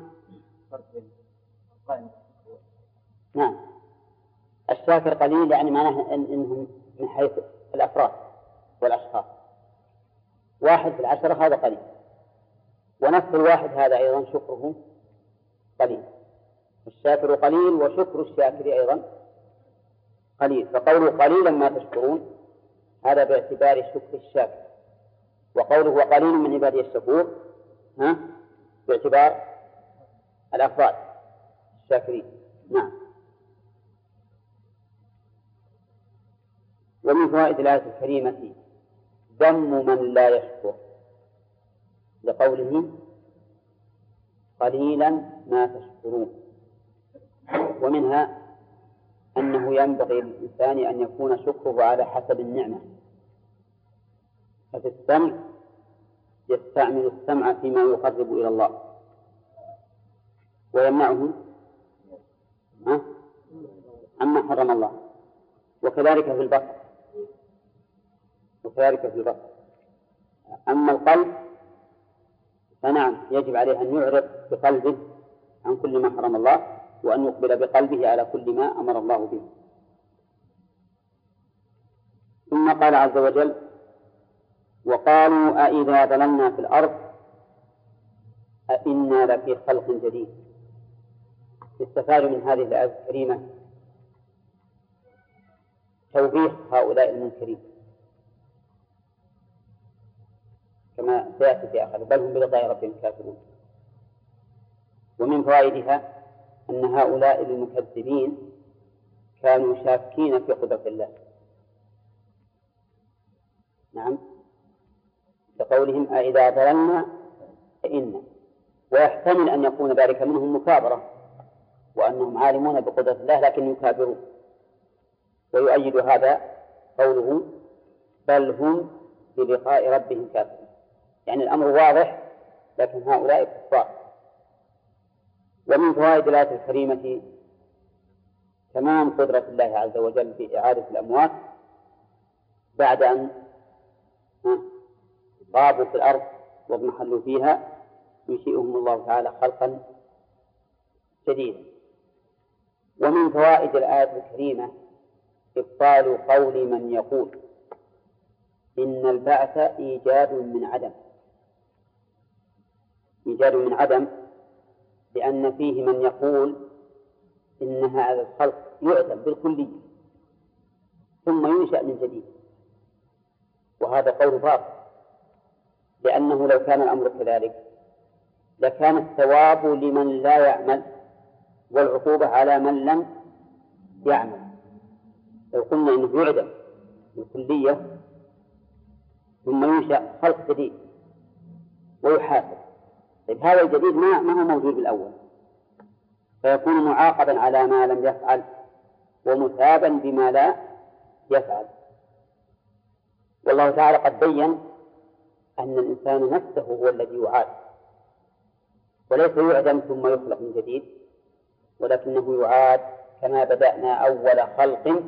A: نعم. الشاكر قليل يعني معناه إن إنهم من حيث الأفراد والأشخاص واحد في العشرة هذا قليل، ونفس الواحد هذا أيضا شكره قليل. الشاكر قليل وشكر الشاكر أيضا قليل، فقوله قليلا ما تشكرون هذا باعتبار شكر الشاكر، وقوله وقليل من عبادي الشكور ها باعتبار الأفراد الشاكرين. نعم. ومن فوائد الآية الكريمة ذم من لا يشكر لقوله قليلا ما تشكرون. ومنها أنه ينبغي للإنسان أن يكون شكره على حسب النعمة، ففي السمع يستعمل السمع فيما يقرب إلى الله ويمنعه عما حرم الله، وكذلك في البصر وكذلك في البصر. أما القلب فنعم يجب عليه أن يعرض بقلبه عن كل ما حرم الله، وأن يقبل بقلبه على كل ما أمر الله به. ثم قال عز وجل وقالوا أإذا ضللنا في الأرض أإنا لفي خلق جديد. استفاد من هذه الآية الكريمة توبيخ هؤلاء المنكرين كما سيأتي في آخر بل هم بلقاء ربهم كافرون. ومن فوائدها أن هؤلاء المكذبين كانوا شاكين في قدرة الله. نعم، كقولهم أإذا ضللنا فإنا، ويحتمل أن يكون ذلك منهم مكابرة وأنهم عالمون بقدرة الله لكن يكابرون. ويؤيد هذا قوله بل هم بلقاء ربهم كافرون، يعني الأمر واضح لكن هؤلاء كفار. ومن فوائد الآية الكريمة تمام قدرة الله عز وجل في إعادة الأموات بعد أن غابوا في الأرض واضمحلوا فيها، ينشئهم الله تعالى خلقا جديدا. ومن فوائد الآية الكريمة إبطال قول من يقول إن البعث إيجاد من عدم، إيجاد من عدم، لأن فيه من يقول إن هذا الخلق يعدم بالكلية ثم ينشأ من جديد، وهذا قول باطل، لأنه لو كان الأمر كذلك لكان الثواب لمن لا يعمل والعقوبة على من لم يعمل. لو قلنا إنه يعدم بالكلية ثم ينشأ خلق جديد ويحاسب، طيب هذا الجديد ما ما هو موجود بالأول، فيكون معاقبا على ما لم يفعل ومثابا بما لا يفعل. والله تعالى قد بين أن الإنسان نفسه هو الذي يعاد، وليس يعدم ثم يخلق من جديد، ولكنه يعاد كما بدأنا أول خلق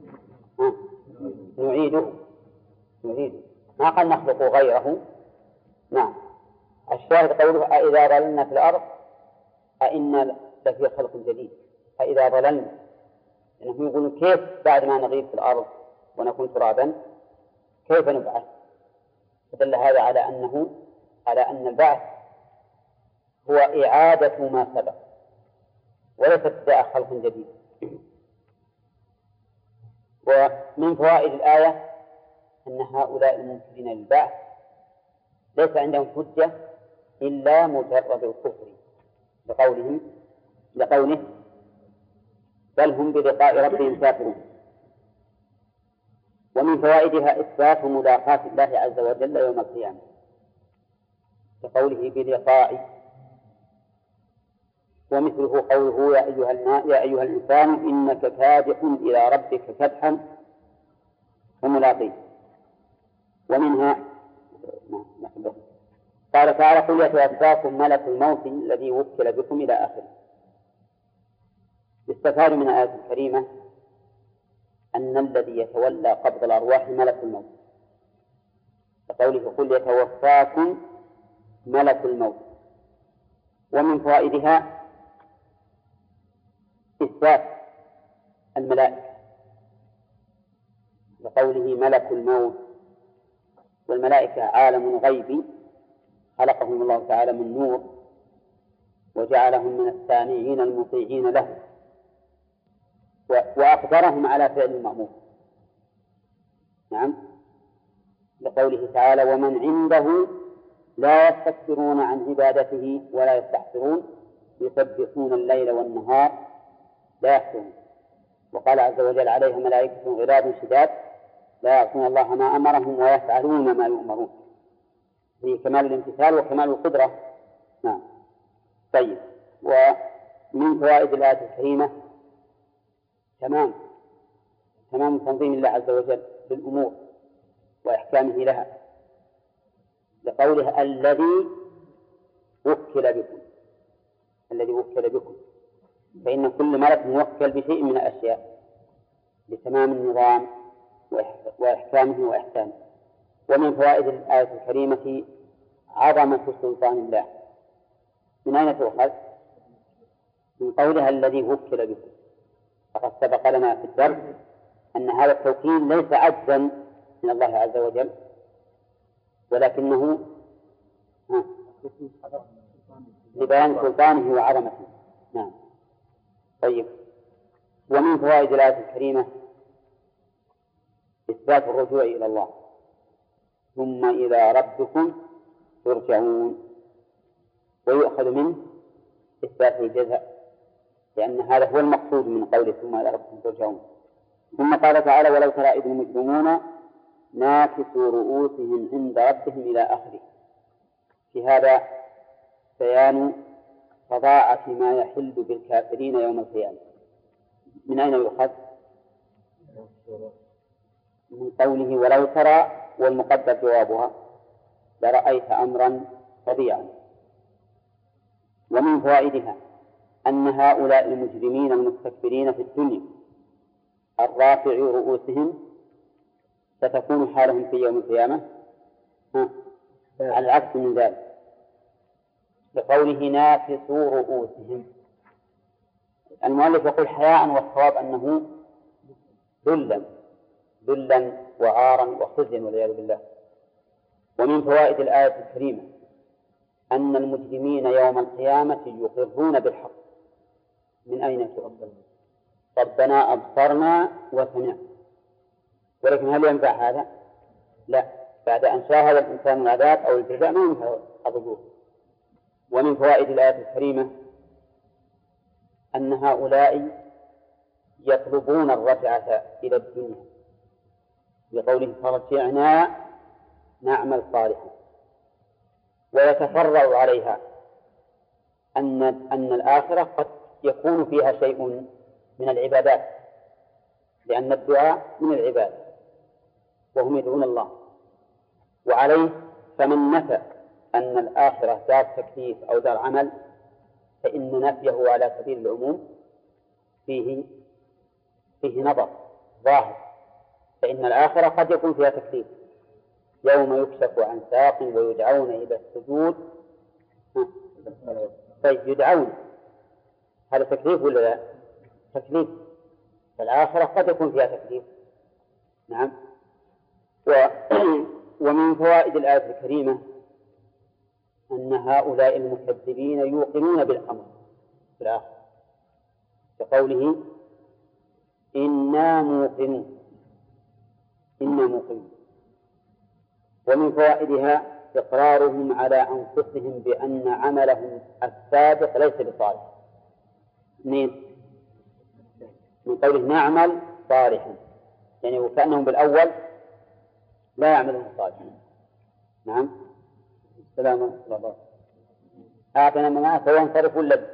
A: نعيده نعيده ما قد نخلق غيره. نعم. الشاهد قوله أإذا ضللنا في الأرض أإنا لفي خلق جديد، أإذا ضللنا، لأنه يقول كيف بعد ما نغيب في الأرض ونكون ترابا كيف نبعث؟ فدل هذا على أنه على أن البعث هو إعادة ما سبق وليس ابتداء خلق جديد. ومن فوائد الآية أن هؤلاء المنكرين للبعث ليس عندهم حجة إلا مجرد الكفر لقولهم لقوله بل هم بلقاء ربهم كافرون. ومن فوائدها إثبات ملاقاة الله عز وجل يوم القيامة كقوله بلقاء، ومثله قوله يا أيها الماء يا أيها الإنسان إنك كادح إلى ربك كدحا وملاقيه. ومنها قال تعالى قل يتوفاكم ملك الموت الذي وكل بكم إلى آخره. يستفاد من الآية الكريمة أن الذي يتولى قبض الأرواح ملك الموت، فقوله قل يتوفاكم ملك الموت. ومن فوائدها إثبات الملائكة لقوله ملك الموت، والملائكة عالم غيبي خلقهم الله تعالى من نور وجعلهم من السامعين المطيعين له وأقدرهم على فعل المأمور. نعم، لقوله تعالى ومن عنده لا يستكبرون عن عبادته ولا يستحسرون يسبحون الليل والنهار لا يحسنون. وقال عز وجل عليها ملائكة غلاب شداد لا يعصون الله ما أمرهم ويفعلون ما يؤمرون، في كمال الامتثال وكمال القدرة. نعم. طيب، ومن فوائد الآية الكريمة تمام تمام تنظيم الله عز وجل للأمور وإحكامه لها لقوله الذي وكل بكم، الذي وكل بكم، فإن كل ملك موكل بشيء من الأشياء لتمام النظام وإحكامه وإحسانه. ومن فوائد الآية الكريمة عظمة سلطان الله. من أين تؤخذ؟ من قولها الذي وكل بكم، فقد سبق لنا في الدرس أن هذا التوكيل ليس عجزا من الله عز وجل، ولكنه لبيان سلطانه وعظمته. نعم. طيب، ومن فوائد الآية الكريمة إثبات الرجوع إلى الله، ثم إلى ربكم ترجعون، ويؤخذ منه إثبات الجزاء، لأن هذا هو المقصود من قوله ثم إلى ربكم ترجعون. ثم قال تعالى ولو ترى إذ المجرمون ناكسوا رؤوسهم عند ربهم إلى آخره. في هذا بيان فظاعة ما يحل بالكافرين يوم القيامة. من أين يؤخذ؟ من قوله ولو ترى والمقدر جوابها لرأيت أمرا فظيعا. ومن فوائدها أن هؤلاء المجرمين المستكبرين في الدنيا الرافع رؤوسهم ستكون حالهم في يوم القيامة على العكس من ذلك، بقوله ناكسوا رؤوسهم. المؤلف يقول حياء، والصواب أنه ذلا ذلا وعارا وخزيا والعياذ بالله. ومن فوائد الآية الكريمة أن المجرمين يوم القيامة يقرون بالحق. من أين يتوصلون؟ ربنا أبصرنا وسمعنا. ولكن هل ينفع هذا؟ لا، بعد أن شاهد الإنسان العذاب أو الجزاء ما ينفع الرجوع. ومن فوائد الآية الكريمة أن هؤلاء يطلبون الرجعة إلى الدنيا بقوله فرجعنا نعمل صالحا، ويتفرع عليها أن أن الآخرة قد يكون فيها شيء من العبادات، لأن الدعاء من العبادة وهم يدعون الله. وعليه فمن نفى أن الآخرة دار تكليف أو دار عمل فإن نفيه على سبيل العموم فيه فيه نظر ظاهر، فإن الآخرة قد يكون فيها تكليف يوم يكشف عن ساق ويدعون إلى السجود. طيب يدعون، هذا تكليف ولا لا؟ تكليف. فالآخرة قد يكون فيها تكليف. نعم. و... ومن فوائد الآية الكريمة أن هؤلاء المكذبين يوقنون بالأمر في الآخرة كقوله إنا موقنون إنا موقنون. ومن فوائدها إقرارهم على أنفسهم بأن عملهم السابق ليس بصالح. اثنين، من قوله نعمل صالحا، يعني وكأنهم بالأول لا يعملون صالحا. نعم. السلام عليكم. أعطنا منها فينصرف اللب.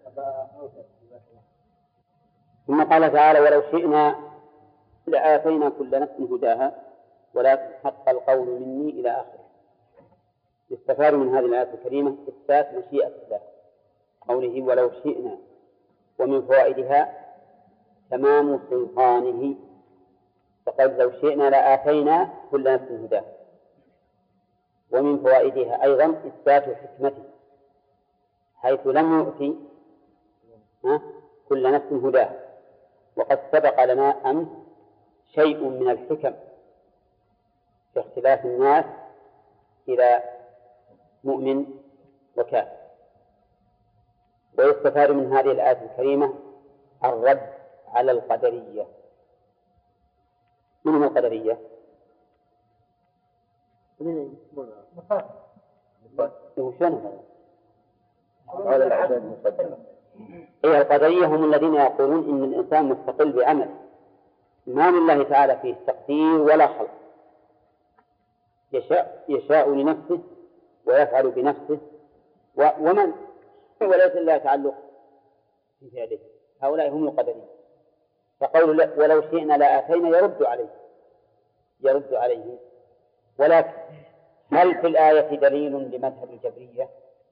A: ثم قال تعالى ولو شئنا لآتينا كل نفس هداها ولكن حق القول مني إلى آخره. يستفاد من هذه الآية الكريمة إثبات مشيئة الله قوله ولو شئنا. ومن فوائدها تمام سلطانه، فقد لو شئنا لآتينا كل نفس هداها. ومن فوائدها أيضا إثبات حكمته حيث لم يؤتي كل نفس هداها، وقد سبق لنا أمس شيء من الحكم في اختلاف الناس إلى مؤمن وكافر. ويستفاد من هذه الآية الكريمة الرد على القدرية. من هم القدرية؟
C: هذا العدد مقدمة.
A: إيه القدرية هم الذين يقولون إن الإنسان مستقل بعمل، ما لله تعالى فيه تقدير ولا خلق، يشاء, يشاء لنفسه ويفعل بنفسه ومن وليس لله تعلق في فعله. هؤلاء هم القدرية. فقول ولو شئنا لآتينا يرد عليه يرد عليه ولكن هل في الآية دليل لمذهب الجبرية؟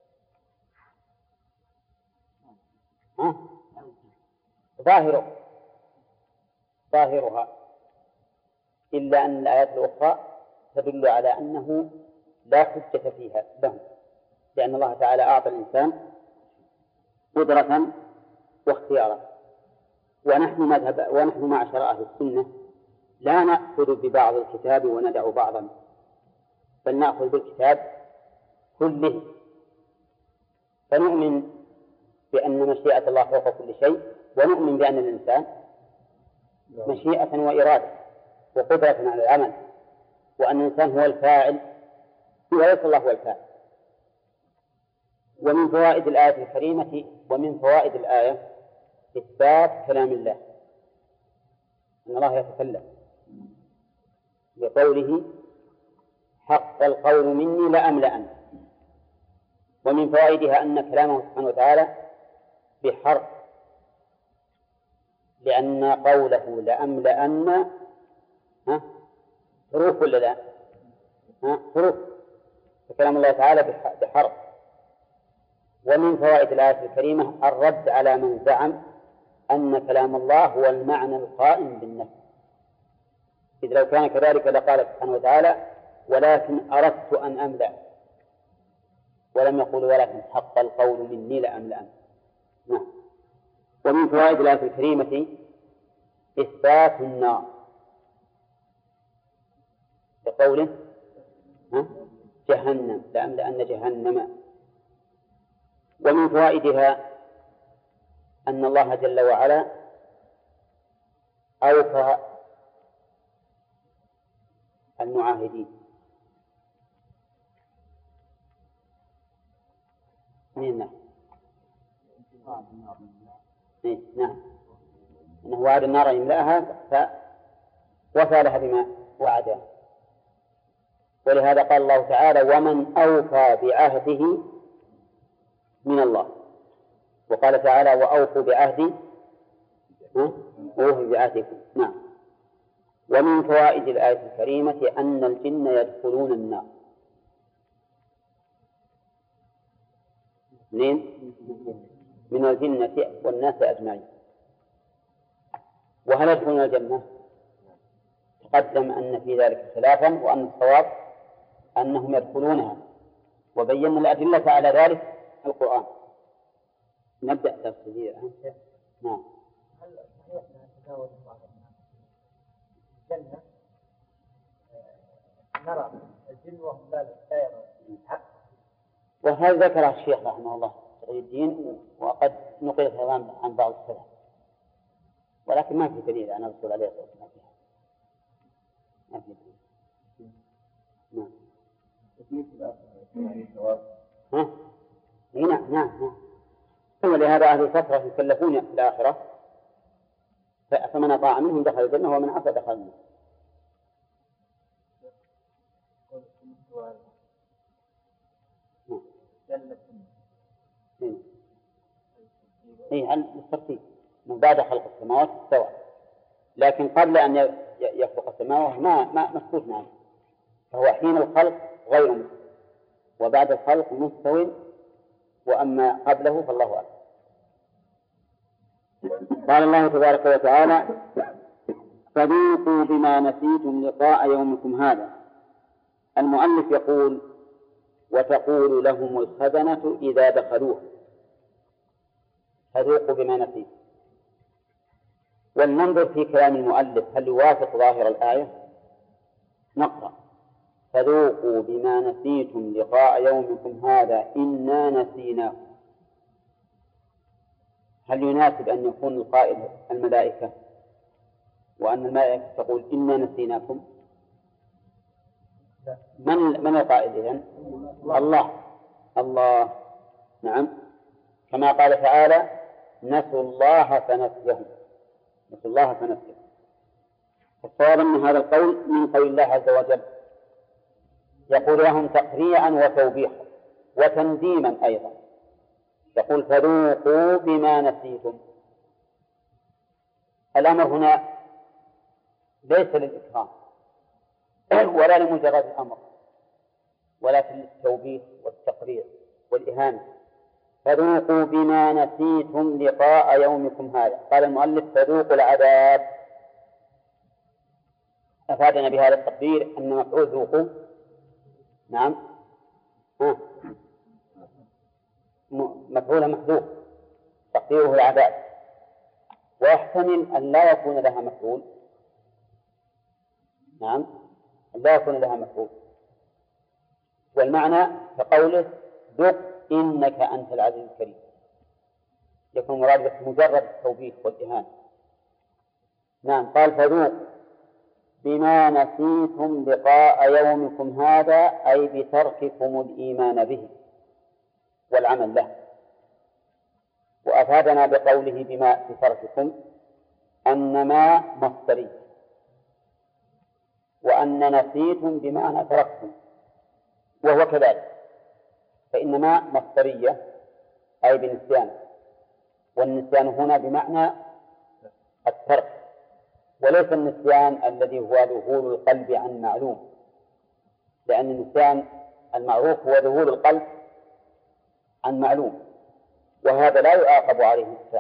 A: ها؟ ظاهره ظاهرها، إلا أن الآيات الأخرى تدل على أنه لا حجة فيها لهم، لأن الله تعالى أعطى الإنسان قدرة واختيارا. ونحن مذهب ونحن معشر أهل السنة لا نأخذ ببعض الكتاب وندع بعضا، بل نأخذ بالكتاب كله، فنؤمن بأن مشيئة الله فوق كل شيء، ونؤمن بأن الإنسان مشيئة وإرادة وقدرة على العمل، وأن الإنسان هو الفاعل وليس الله هو الفاعل. ومن فوائد الآية الكريمة ومن فوائد الآية إثبات كلام الله، أن الله يتكلم بقوله حق القول مني لأملأن. ومن فوائدها أن كلامه سبحانه وتعالى بحرف لأن قوله لأملأن ها حروف ولا لا؟ ها حروف، فكلام الله تعالى بحرف. ومن فوائد الآية الكريمة الرد على من زعم أن كلام الله هو المعنى القائم بالنفس، إذ لو كان كذلك لقال سبحانه وتعالى ولكن أردت أن أملأ، ولم يقول ولكن حق القول مني لأملأن. نعم. ومن فوائد الآية الكريمة إثبات النار بقوله جهنم لأملأن جهنم. ومن فوائدها أن الله جل وعلا أوفى المعاهدين. نعم نعم أنه وعد النار يملأها فوفى لها بما وعدها. ولهذا قال الله تعالى ومن أوفى بعهده من الله، وقال تعالى وأوفوا بعهدي أوفوا بعهدكم. نعم. ومن فوائد الآية الكريمة أن الجن يدخلون النار. منين؟ من الجنة والناس أجمعين. وهل يدخلون الجنة؟ تقدم أن في ذلك خلافا، وأن الصواب أنهم يدخلونها، وبينا الأدلة على ذلك القرآن. نبدأ تفسير. نعم.
D: هل صحيح أن تجاوز الله الجنة نرى الجن وهم لا يرون الحق؟
A: وهذا ذكره الشيخ رحمه الله تقي الدين، وقد نقل كلام عن بعض السلف، ولكن ما في دليل عن الرسول عليه الصلاة والسلام فيها. ما في دليل. نعم. ها؟ نعم نعم نعم. ثم لهذا أهل الفترة يكلفون في الآخرة، فمن أطاع منهم دخل الجنة ومن عصى دخل النار. إيه عن الترتيب من بعد خلق السماوات استوى، لكن قبل أن يخلق السماوات ما ما مسكوت معه، فهو حين الخلق غير مستوى، وبعد الخلق مستوى، وأما قبله فالله أعلم. قال الله تبارك وتعالى فذوقوا بما نسيتم لقاء يومكم هذا. المؤلف يقول وتقول لهم الخزنة إذا دخلوه فذوقوا بما نسيتم. ولننظر في كلام المؤلف هل يوافق ظاهر الآية. نقرأ فذوقوا بما نسيتم لقاء يومكم هذا إنا نسيناكم. هل يناسب أن يكون القائل الملائكة وأن الملائكة تقول إنا نسيناكم؟ من من القائل إذن؟ الله الله. نعم، كما قال تعالى نسوا الله فنسيهم. نسوا الله فنسيهم. الصواب أن هذا القول من قول الله عز وجل، يقول لهم تقريعا وتوبيخا وتنديما أيضا. يقول فذوقوا بما نسيتم. الأمر هنا ليس للإكرام ولا لمجرد الأمر، ولكن للتوبيخ والتقريع والإهانة. فذوقوا بما نسيتم لقاء يومكم هذا. قال المؤلف فذوقوا العذاب. أفادنا بهذا التقدير أن مفعول ذوقوا نعم ها مفعول محذوف تقديره العذاب، ويحتمل أن لا يكون لها مفعول. نعم، أن لا يكون لها مفعول، والمعنى كقوله ذق إنك أنت العزيز الكريم، يكون مراد بس مجرد التوبيخ والإهانة. نعم. قال فذوق بما نسيتم لقاء يومكم هذا، أي بترككم الإيمان به والعمل له. وأفادنا بقوله بما بترككم أن ما مصدري، وأن نسيتم بمعنى تركتم، وهو كذلك، فإن ما مصدرية أي بنسيان، والنسيان هنا بمعنى الترك، وليس النسيان الذي هو ذهول القلب عن معلوم، لأن النسيان المعروف هو ذهول القلب عن معلوم، وهذا لا يعاقب عليه الإنسان.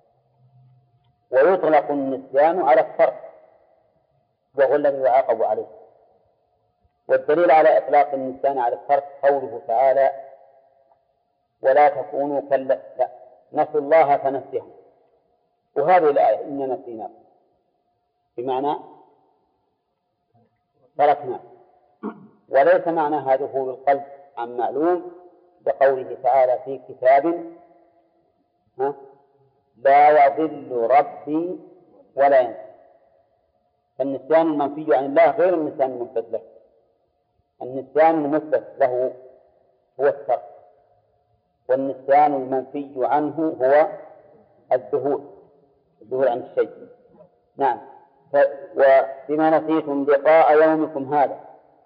A: ويطلق النسيان على الترك وهو الذي يعاقب عليه. والدليل على إطلاق النسيان على الترك قوله تعالى: ولا تكونوا كلا نسوا الله فنسيهم. وهذه الآية إننا نسيناه بمعنى تركنا، وليس معناها دخول القلب عن معلوم بقوله تعالى في كتاب ها لا يضل ربي ولا ينسى. فالنسيان المنفي عن الله غير النسيان المثبت له. النسيان المثبت له هو الترك، والنسيان المنفي عنه هو الذهول الذهول عن الشيء. نعم. ف... وبما نسيتم لقاء يومكم هذا،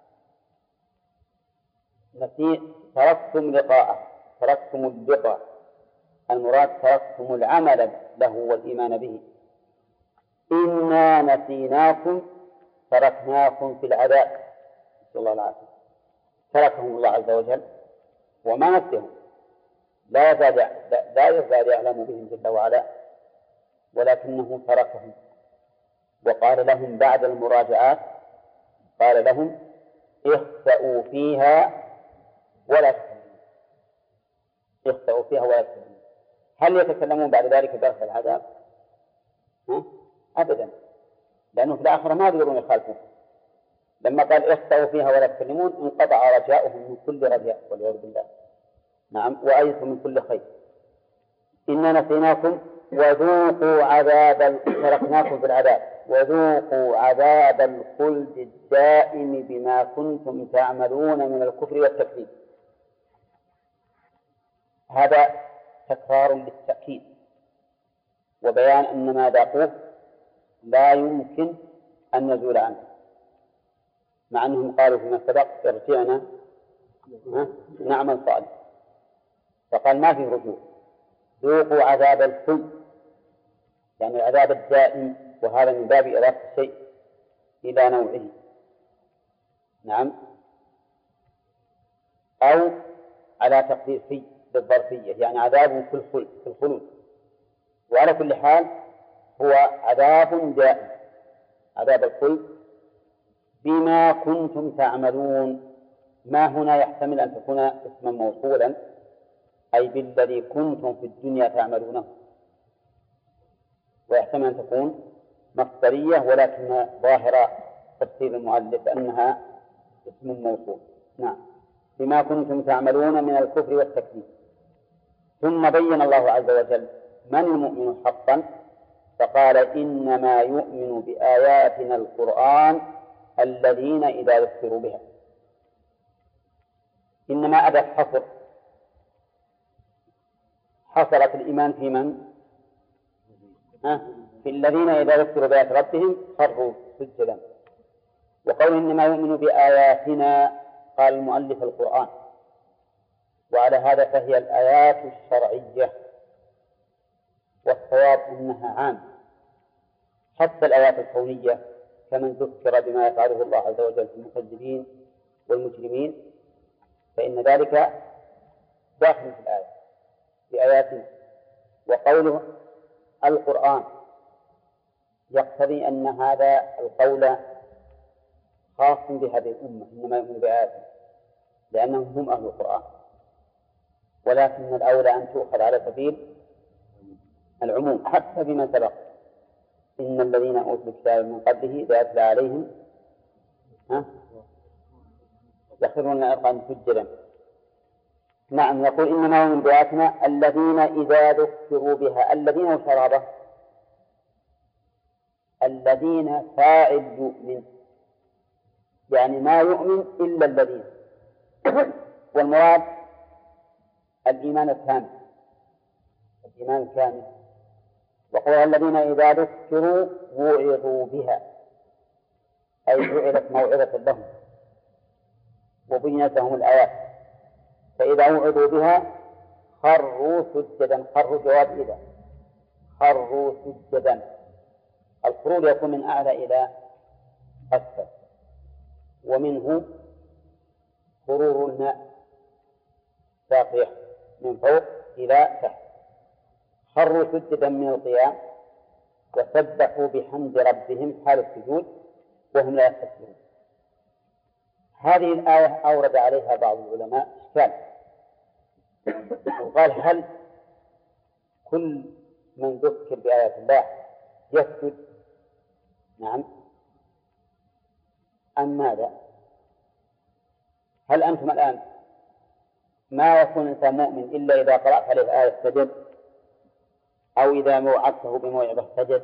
A: نسيت تركتم لقاءه، تركتم اللقاء، المراد تركتم العمل له والإيمان به. إنا نسيناكم تركناكم في العذاب، نسأل الله العافية. تركهم الله عز وجل وما نسيهم، لا يزال لا يزال يعلم بهم جل وعلا، ولكنه تركهم وقال لهم بعد المراجعات، قال لهم اخسأوا فيها ولا تكلمون، اخسأوا فيها ولا تكلمون. هل يتكلمون بعد ذلك درس العذاب؟ ها؟ أبدا، لأنه في الآخرة ما يقدرون يخالفون. لما قال اخسأوا فيها ولا تكلمون انقطع رجاؤهم من كل رجاء والعياذ بالله. نعم. وأيسوا من كل خير. إنا نسيناكم وذوقوا عذاب تركناكم في العذاب وذوقوا عذاب الخلد الدائم بما كنتم تعملون من الكفر والتكذيب. هذا تكرار للتأكيد وبيان أن ما ذاقوه لا يمكن أن نزول عنه، مع أنهم قالوا فيما سبق ارجعنا نعمل صالح، فقال ما في رجوع. ذوقوا عذاب الخلد يعني العذاب الدائم، وهذا من باب إضافة الشيء إلى نوعه. نعم. أو على تقدير في بالظرفية، يعني عذاب في الخلود. وعلى كل حال هو عذاب دائم، عذاب الخلد بما كنتم تعملون. ما هنا يحتمل أن تكون اسما موصولا، أي بالذي كنتم في الدنيا تعملونه، ويحتمل أن تكون مصدرية ولكن ظاهرة تفسير المؤلف أنها اسم موصول. نعم. بما كنتم تعملون من الكفر والتكذيب. ثم بين الله عز وجل من المؤمن حقا، فقال إنما يؤمن بآياتنا القرآن الذين إذا ذكروا بها. إنما أداة حصر، حصلت الإيمان في من؟ ها؟ في الذين إذا ذكروا بآيات ربهم خروا سجدا. وقول إنما يؤمن بآياتنا قال المؤلف القرآن، وعلى هذا فهي الآيات الشرعية، والصواب أنها عام حتى الآيات الكونية، كمن ذكر بما يفعله الله عز وجل في المكذبين والمجرمين فإن ذلك داخل في الآية بآياتنا. وقوله القرآن يقتضي أن هذا القول خاص بهذه الأمة، إنما يؤمن بآياتنا لأنهم هم أهل القرآن، ولكن الأولى أن تؤخذ على سبيل العموم حتى بما سبق. إن الذين أوتوا الكتاب من قبله إذا يتلى عليهم يخرون الأذقان سجدا. نعم. يقول إنما يؤمن بآياتنا الذين إذا ذكروا بها. الذين وشرابه، الذين فاعل يؤمن، يعني ما يؤمن إلا الذين والمراد الإيمان الكامل، الإيمان الكامل. وقال الذين إذا ذكروا وعظوا بها، أي جعلت موعظة لهم وبينت لهم الآيات، فإذا وعظوا بها خروا سجدا. خروا جواب إذا، خروا سجدا الخرول يكون من أعلى إلى أسفل، ومنه خرور الماء ساقية من فوق إلى تحت. خروا سجدا من القيام وسبحوا بحمد ربهم حال السجود وهم لا يستكبرون. هذه الآية أورد عليها بعض العلماء إشكال، وقال هل كل من ذكر بآيات الله يسجد؟ نعم، أم ماذا؟ هل أنتم الآن ما يكون إنسان مؤمن إلا إذا قرأت عليه آية سجد، أو إذا موعدته بموعظة سجد؟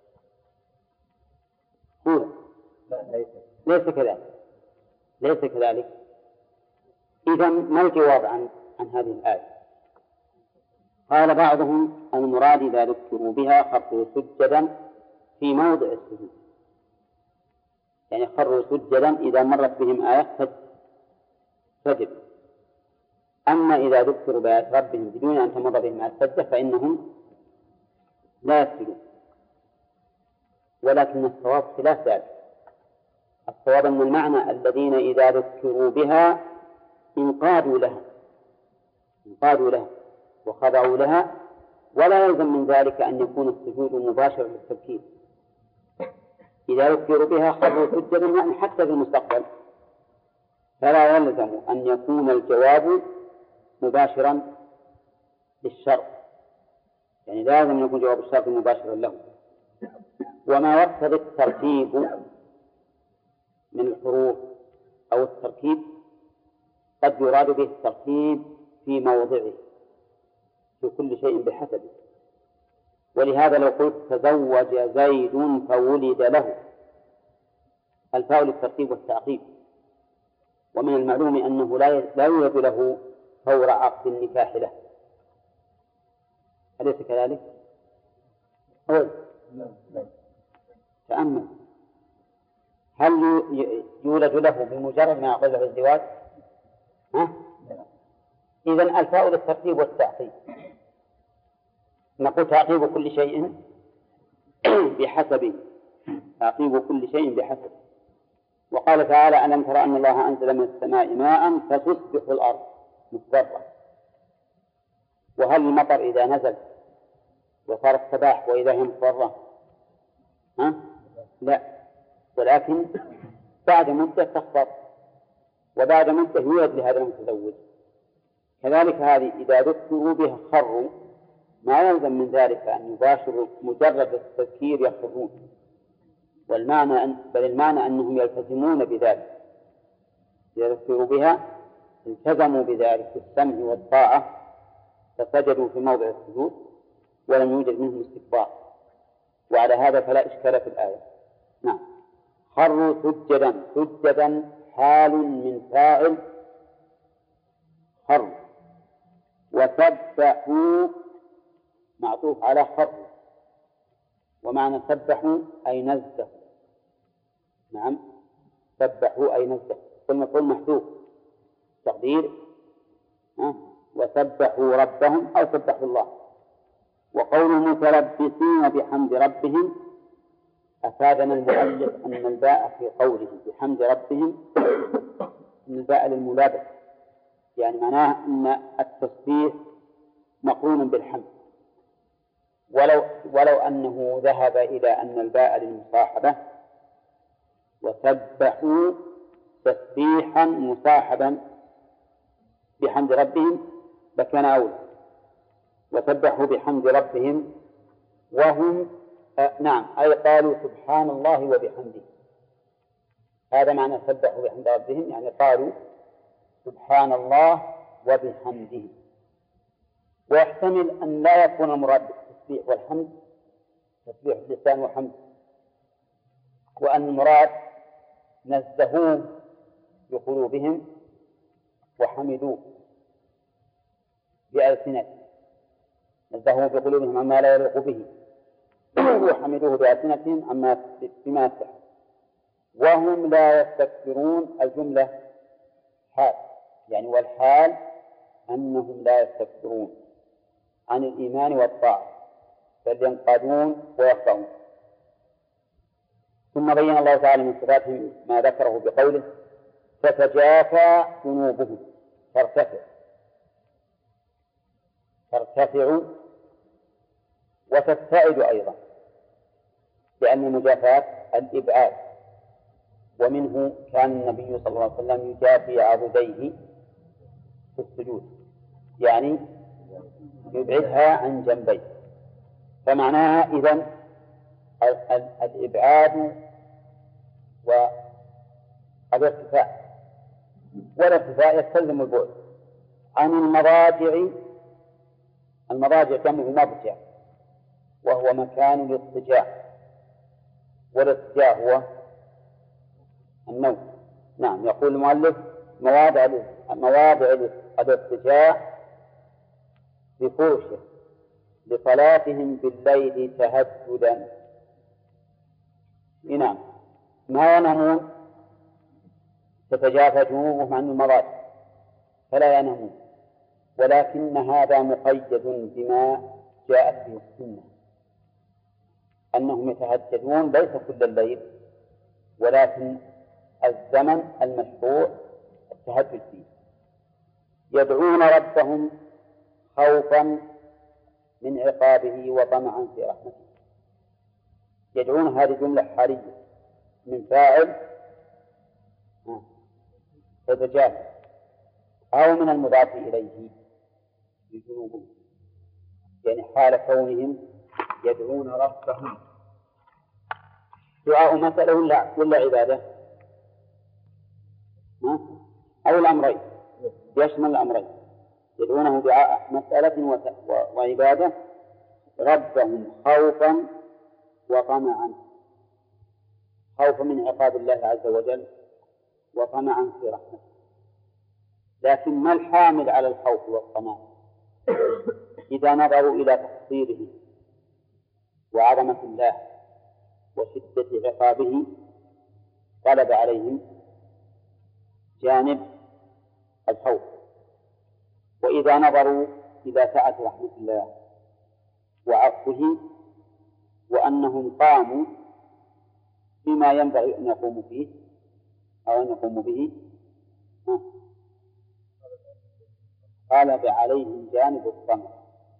A: ليس كذلك، ليس كذلك. إذن ما الجواب عن عن هذه الآية؟ قال بعضهم المراد إذا ذكروا بها خروا سجدا في موضع السجود، يعني خروا سجدا إذا مرت بهم آية سجد. أما إذا ذكروا بآيات ربهم بدون أن تمر بهم آية سجدة فإنهم لا يسجدون. ولكن الصواب خلاف ذلك. الصواب أن المعنى الذين إذا ذكروا بها انقادوا لها انقادوا لها وخضعوا لها، ولا يلزم من ذلك أن يكون السجود مباشرا للتذكير. إذا ذكروا بها خروا سجدا يعني حتى في المستقبل، فلا يلزم أن يكون الجواب مباشرا للشرط، يعني لا يلزم أن يكون جواب الشرط مباشرا له. وما يقتضي الترتيب من الحروف أو التركيب قد يراد به الترتيب في موضعه في كل شيء بحسبه. ولهذا لو قلت تزوج زيد فولد له، الفاء للترتيب والتعقيب، ومن المعلوم أنه لا يولد له فور عقد النكاح له، أليس كذلك؟ أول تأمل، هل يولد له بمجرد ما يعقد له الزواج؟ ها؟ إذن الفاء للترتيب والتعقيب. نقول تعقيب كل شيء بحسبه، تعقيب كل شيء بحسبه. وقال تعالى ألم ترى أن الله أنزل من السماء ماء فتصبح الأرض مصفرة. وهل المطر إذا نزل وصار الصباح وإذا هي مصفرة؟ ها؟ لا، ولكن بعد مدة تخفض، وبعد مدة يولد لهذا المتزوج. كذلك هذه إذا ذكروا بها خروا، ما يلزم من ذلك أن يباشروا مجرد التذكير يخرون، والمعنى أن بل المعنى أنهم يلتزمون بذلك. إذا ذكروا بها التزموا بذلك في السمع والطاعة فسجدوا في موضع السجود ولم يوجد منهم استكبار، وعلى هذا فلا إشكال في الآية. نعم، خروا سجدا، سجدا حال من فاعل خر، وسبحوا معطوف على خر، ومعنى سبحوا أي نزهوا. نعم، سبحوا أي نزهوا، والمفعول محذوف تقدير ها وسبحوا ربهم أو سبحوا الله. وقوله متلبسين بحمد ربهم أفادنا المؤلف أن الباء في قوله بحمد ربهم أن الباء للملابس، يعني معناه أن التسبيح مقرون بالحمد، ولو ولو أنه ذهب إلى أن الباء للمصاحبة وسبحوا تسبيحا مصاحبا بحمد ربهم لكان أولى. وسبحوا بحمد ربهم وهم آه نعم أي قالوا سبحان الله وبحمده، هذا معنى سبحوا بحمد ربهم، يعني قالوا سبحان الله وبحمده. ويحتمل أن لا يكون المراد بالتسبيح والحمد تسبيح اللسان وحمد، وأن المراد نزهوه بقلوبهم وحمدوه بألسنتهم، نزهوه بقلوبهم عما لا يليق به وحمدوه بألسنتهم عما بما يستحق. وهم لا يستكبرون، الجملة حال، يعني والحال أنهم لا يستكبرون عن الإيمان والطاعة بل ينقادون ويخضعون. ثم بين الله تعالى من صفاتهم ما ذكره بقوله تتجافى جنوبهم ترتفع ترتفع وتبتعد أيضا، لأن المجافاة الإبعاد، ومنه كان النبي صلى الله عليه وسلم يجافي عضديه في السجود، يعني يبعدها عن جنبيه. فمعناها إذن الإبعاد والارتفاع، والارتفاع يستلزم البعد عن المضاجع. المضاجع جمع مضجع، وهو مكان الاضطجاع، والاضطجاع هو النوم. نعم، يقول المؤلف مواضع مواضع الاضطجاع بفرشه لصلاتهم بالليل تهجدا. نعم، ما ينامون، تتجافى جنوبهم عن المضاجع فلا ينامون، ولكن هذا مقيد بما جاءت به السنة أنهم يتهجدون ليس كل الليل، ولكن الزمن المشروع التهجد فيه. يدعون ربهم خوفا من عقابه وطمعا في رحمته. يدعون هذه جملة حالية من فاعل تتجافى أو من المضاف إليه بجنوبهم، يعني حال كونهم يدعون ربهم. دعاء مسألة ولا ولا عبادة؟ أو الأمرين، يشمل الأمرين، يدعونه دعاء مسألة وعبادة. ربهم خوفا وطمعا، خوفا من عقاب الله عز وجل وطمعا في رحمته. لكن ما الحامل على الخوف والطمع؟ إذا نظروا إلى تقصيره وعظمة الله وشدة عقابه غلب عليهم جانب الخوف. وإذا نظروا إلى سعة رحمة الله وعفوه وأنهم قاموا بما ينبغي أن يقوموا فيه أو أن يقوموا به غلب عليهم جانب الطمع،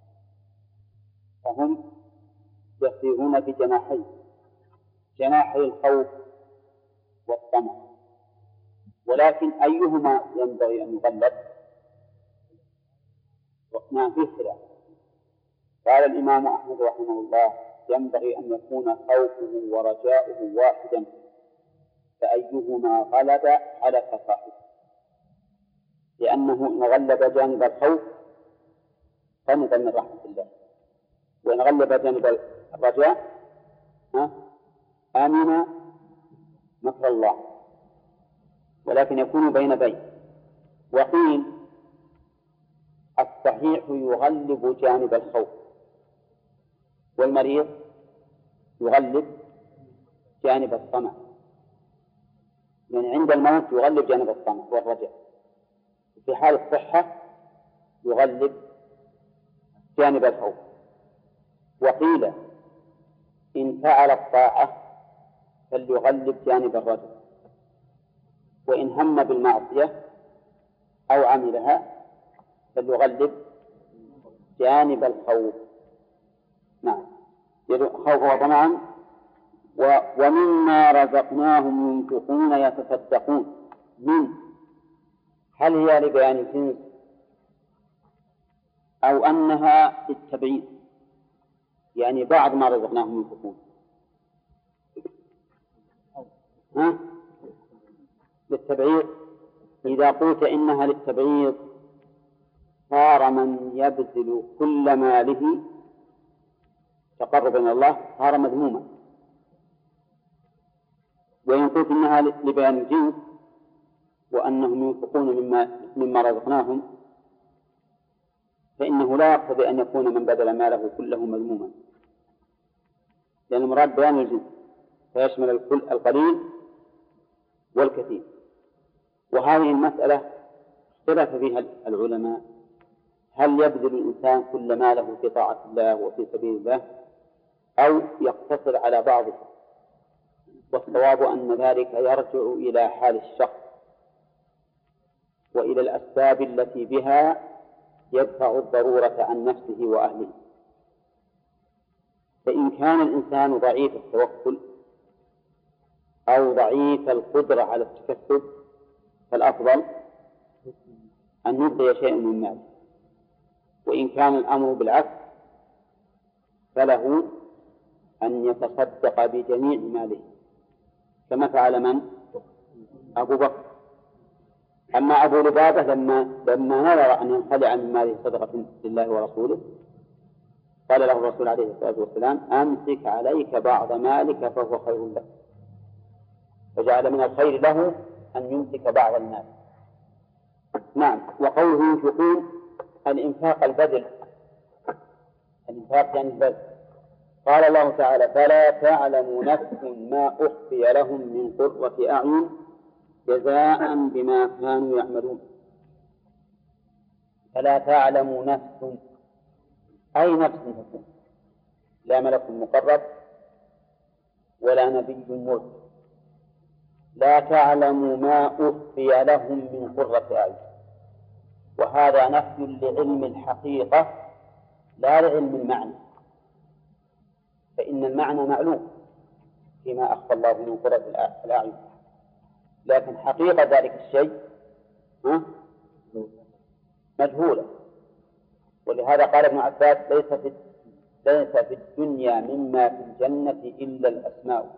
A: فهم يصيرون بجناحين، جناحي الخوف والطمع. ولكن أيهما ينبغي أن يغلب؟ نعم، في خلاف. قال الإمام أحمد رحمه الله ينبغي أن يكون خوفه ورجاؤه واحدا، فأيهما غلب حلف صاحبه، لأنه إن غلب جانب الخوف قنط من رحمة الله، وإن غلب جانب الرجاء آمن مكر الله. ولكن يكون بين بين. وقيل الصحيح يغلب جانب الخوف، والمريض يغلب جانب الطمع، يعني عند الموت يغلب جانب الطمع والرجاء، في حال الصحة يغلب جانب الخوف. وقيل إن فعل الطاعة فليغلب جانب الرجاء، وإن هم بالمعصية أو عملها فليغلب جانب الخوف. نعم، خوفا وطمعا. ومما رزقناهم ينفقون يتصدقون. من هل هي لبيان الجنس أو أنها للتبعيض؟ يعني بعض ما رزقناهم ينفقون. ها؟ للتبعيض. إذا قلت إنها للتبعيض صار من يبذل كل ماله تقربا إلى الله صار مذموما. وإن قلت إنها لبيان الجنس وأنهم ينفقون مما, مما رزقناهم فإنه لا يقتضي أن يكون من بذل ماله كله مذموما، لأن المراد بيان الجنس فيشمل الكل القليل والكثير. وهذه المسألة اختلف فيها العلماء، هل يبذل الإنسان كل ماله في طاعة الله وفي سبيل الله أو يقتصر على بعضه؟ والصواب أن ذلك يرجع إلى حال الشخص وإلى الأسباب التي بها يدفع الضرورة عن نفسه وأهله. فإن كان الإنسان ضعيف التوكل أو ضعيف القدرة على التكسب فالأفضل أن يبقي شيئا من ماله، وإن كان الأمر بالعكس فله أن يتصدق بجميع ماله كما فعل من؟ أبو بكر. أما أبو لبابة لما لما نظر أن ينخلع من ماله صدقة لله ورسوله قال له الرسول عليه الصلاة والسلام: أمسك عليك بعض مالك فهو خير لك. فجعل من الخير له أن يمسك بعض المال. نعم. وقوله ينفقون الإنفاق البذل، الإنفاق يعني البذل. قال الله تعالى: فلا تعلم نفس ما أخفي لهم من قرة أعين جزاء بما كانوا يعملون. فلا تعلم نفس، أي نفس تكون، لا ملك مقرب ولا نبي مرسل، لا تعلم ما أخفي لهم من قرة أعين. وهذا نفي لعلم الحقيقة لا لعلم المعنى، فإن المعنى معلوم فيما أخفى الله من قرة الأعين، لكن حقيقة ذلك الشيء مجهولة. ولهذا قال ابن عباس: ليس في ليس في الدنيا مما في الجنة إلا الأسماء.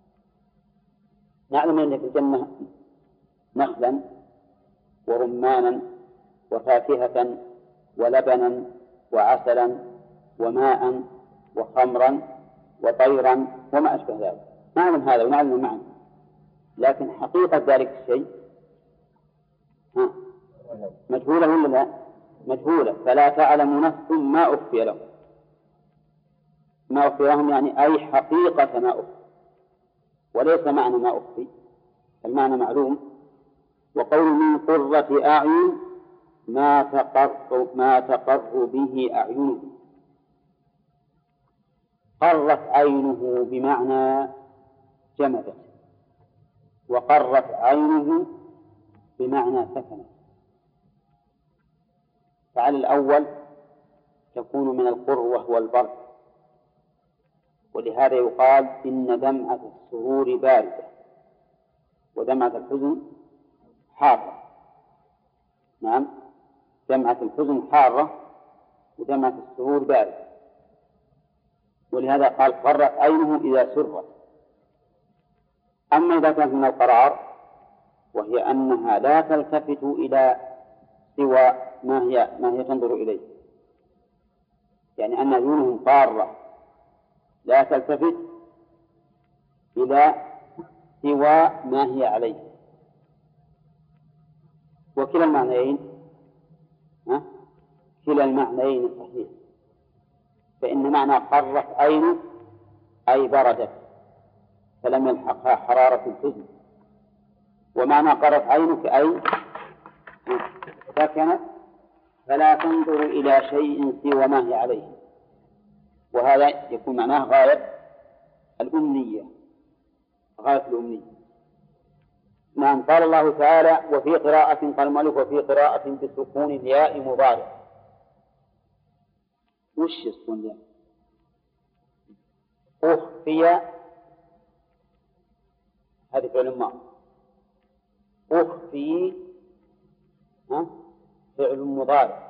A: نعلم أن في الجنة نخلا ورمانا وفاكهة ولبنا وعسلا وماء وخمرا وطيرا وما أشبه ذلك، نعلم هذا ونعلم المعنى، لكن حقيقة ذلك الشيء ها مجهولة ولا لا؟ مجهولة. فلا تعلم نفس ما أخفي لهم، ما أخفي لهم يعني أي حقيقة ما أخفي، وليس معنى ما أخفي، المعنى معلوم. وقول من قرة أعين ما تقر ما تقر به أعينهم. قرت عينه بمعنى جمدت، وقرت عينه بمعنى سكنت. فعلى الأول تكون من القروة والبرد، ولهذا يقال إن دمعة السرور باردة ودمعة الحزن حارة. نعم، دمعة الحزن حارة ودمعة السرور باردة. ولهذا قال قرت عينه إذا سرت. أما إذا كانت من القرار وهي أنها لا تلتفت إلى سوى ما هي ما هي تنظر إليه، يعني أن عيونهم قارة لا تلتفت إلى سوى ما هي عليه. وكلا المعنيين ها؟ كلا المعنيين صحيح. فإن معنى قرت عينه أي بردت فلم يلحقها حرارة الحزن، ومعنى قرت عينك أي سكنت فلا تنظر إلى شيء سوى ما هي عليه. وهذا يكون معناه غاية الأمنية، غاية الأمنية. نعم. قال الله تعالى: وفي قراءة قال المؤلف وفي قراءة بسكون الياء مضارع. وش سكون الياء؟ أخفي، هذه فعل ماضي. أخفي ها فعل مضارع.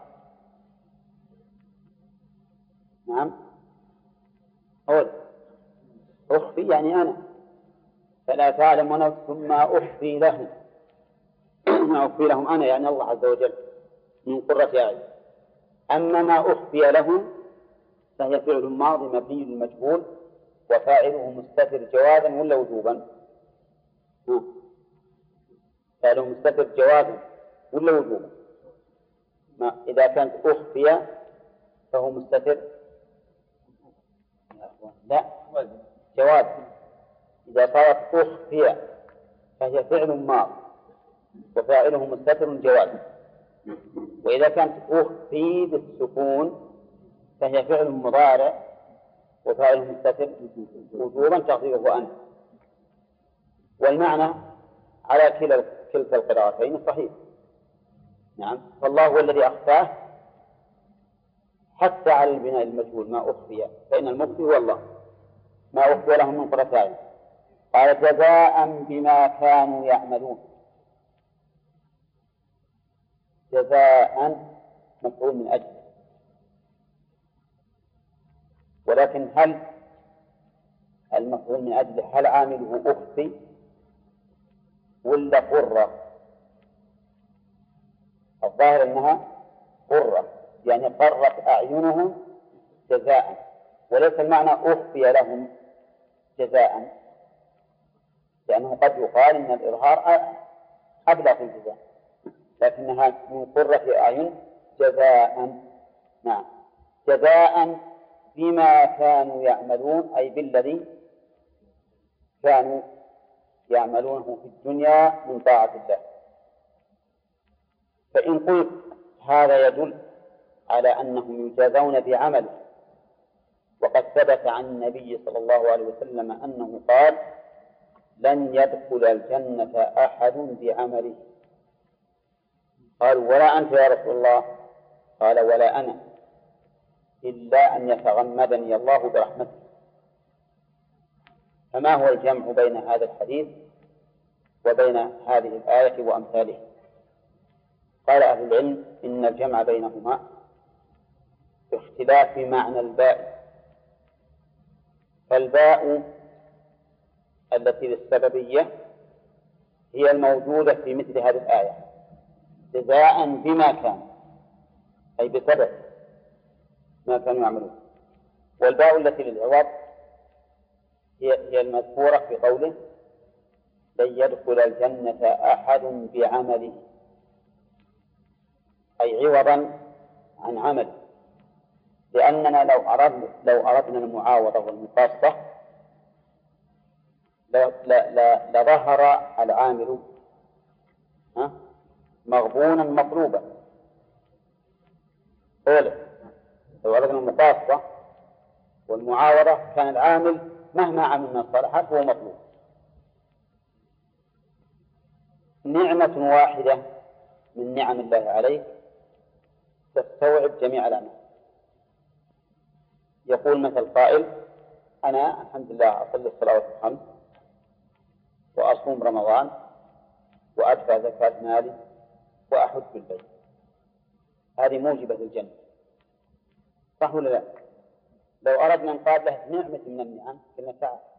A: نعم. أول أخفي يعني أنا، فلا تعلم نفس ما أخفي لهم ما أخفي لهم أنا يعني الله عز وجل من قرة أعين. أما ما أخفي لهم فهي فعل ماضي مبني للمجهول وفاعله مستتر جوازا ولا وجوبا؟ فاعله مستتر جوازا ولا وجوبا؟ ما إذا كانت أخفي فهو مستتر لا جواز. إذا صارت أخفي فهي فعل ماض وفاعله مستتر جواز. وإذا كانت أخفي بالسكون فهي فعل مضارع وفاعله مستتر وجوبا تقديره أنت. والمعنى على كلا كلتا القراءتين صحيح. نعم، فالله هو الذي أخفاه حتى على البناء المجهول ما أخفي، فإن المخفي هو الله، ما أخفي لهم من قرة أعين. قال جزاء بما كانوا يعملون. جزاء مفعول من أجل، ولكن هل المفعول من أجل هل عامله أخفي ولا قرة؟ الظاهر أنها قرة، يعني قرت أعينهم جزاء، وليس المعنى أخفي لهم جزاء، لأنه قد يقال أن الإظهار أبلغ في الجزاء، لكنها من قرة أعين جزاء. نعم، جزاء بما كانوا يعملون، أي بالذي كانوا يعملونه في الدنيا من طاعة الله. فإن قلت هذا يدل على أنهم يجازون بعمله، وقد ثبت عن النبي صلى الله عليه وسلم أنه قال لن يدخل الجنة أحد بعمله. قالوا ولا أنت يا رسول الله؟ قال ولا أنا، إلا أن يتغمدني الله برحمته. فما هو الجمع بين هذا الحديث وبين هذه الآية وأمثالها؟ قال أهل العلم إن الجمع بينهما باختلاف معنى الباء، فالباء التي للسببية هي الموجودة في مثل هذه الآية، جزاء بما كان، أي بسبب ما كانوا يعملون. والباء التي للعوض هي هي المذكورة في قوله لن يدخل الجنة أحد بعمله، أي عوضا عن عمل، لأننا لو أردنا لو أردنا المعاوضة والمقاصة لظهر العامل مغبونا مطلوبا. لو أردنا المقاصة والمعاوضة كان العامل مهما عمل من الصالحات هو مطلوب. نعمة واحدة من نعم الله عليك تستوعب جميع الأعمال. يقول مثل قائل أنا الحمد لله أصلي الصلوات الخمس وأصوم رمضان وأدفع زكاة مالي وأحج بالبيت، هذه موجبة للجنة، صح ولا لا؟ لو أردنا أن نقال له نعمة من النعم كنا تعالى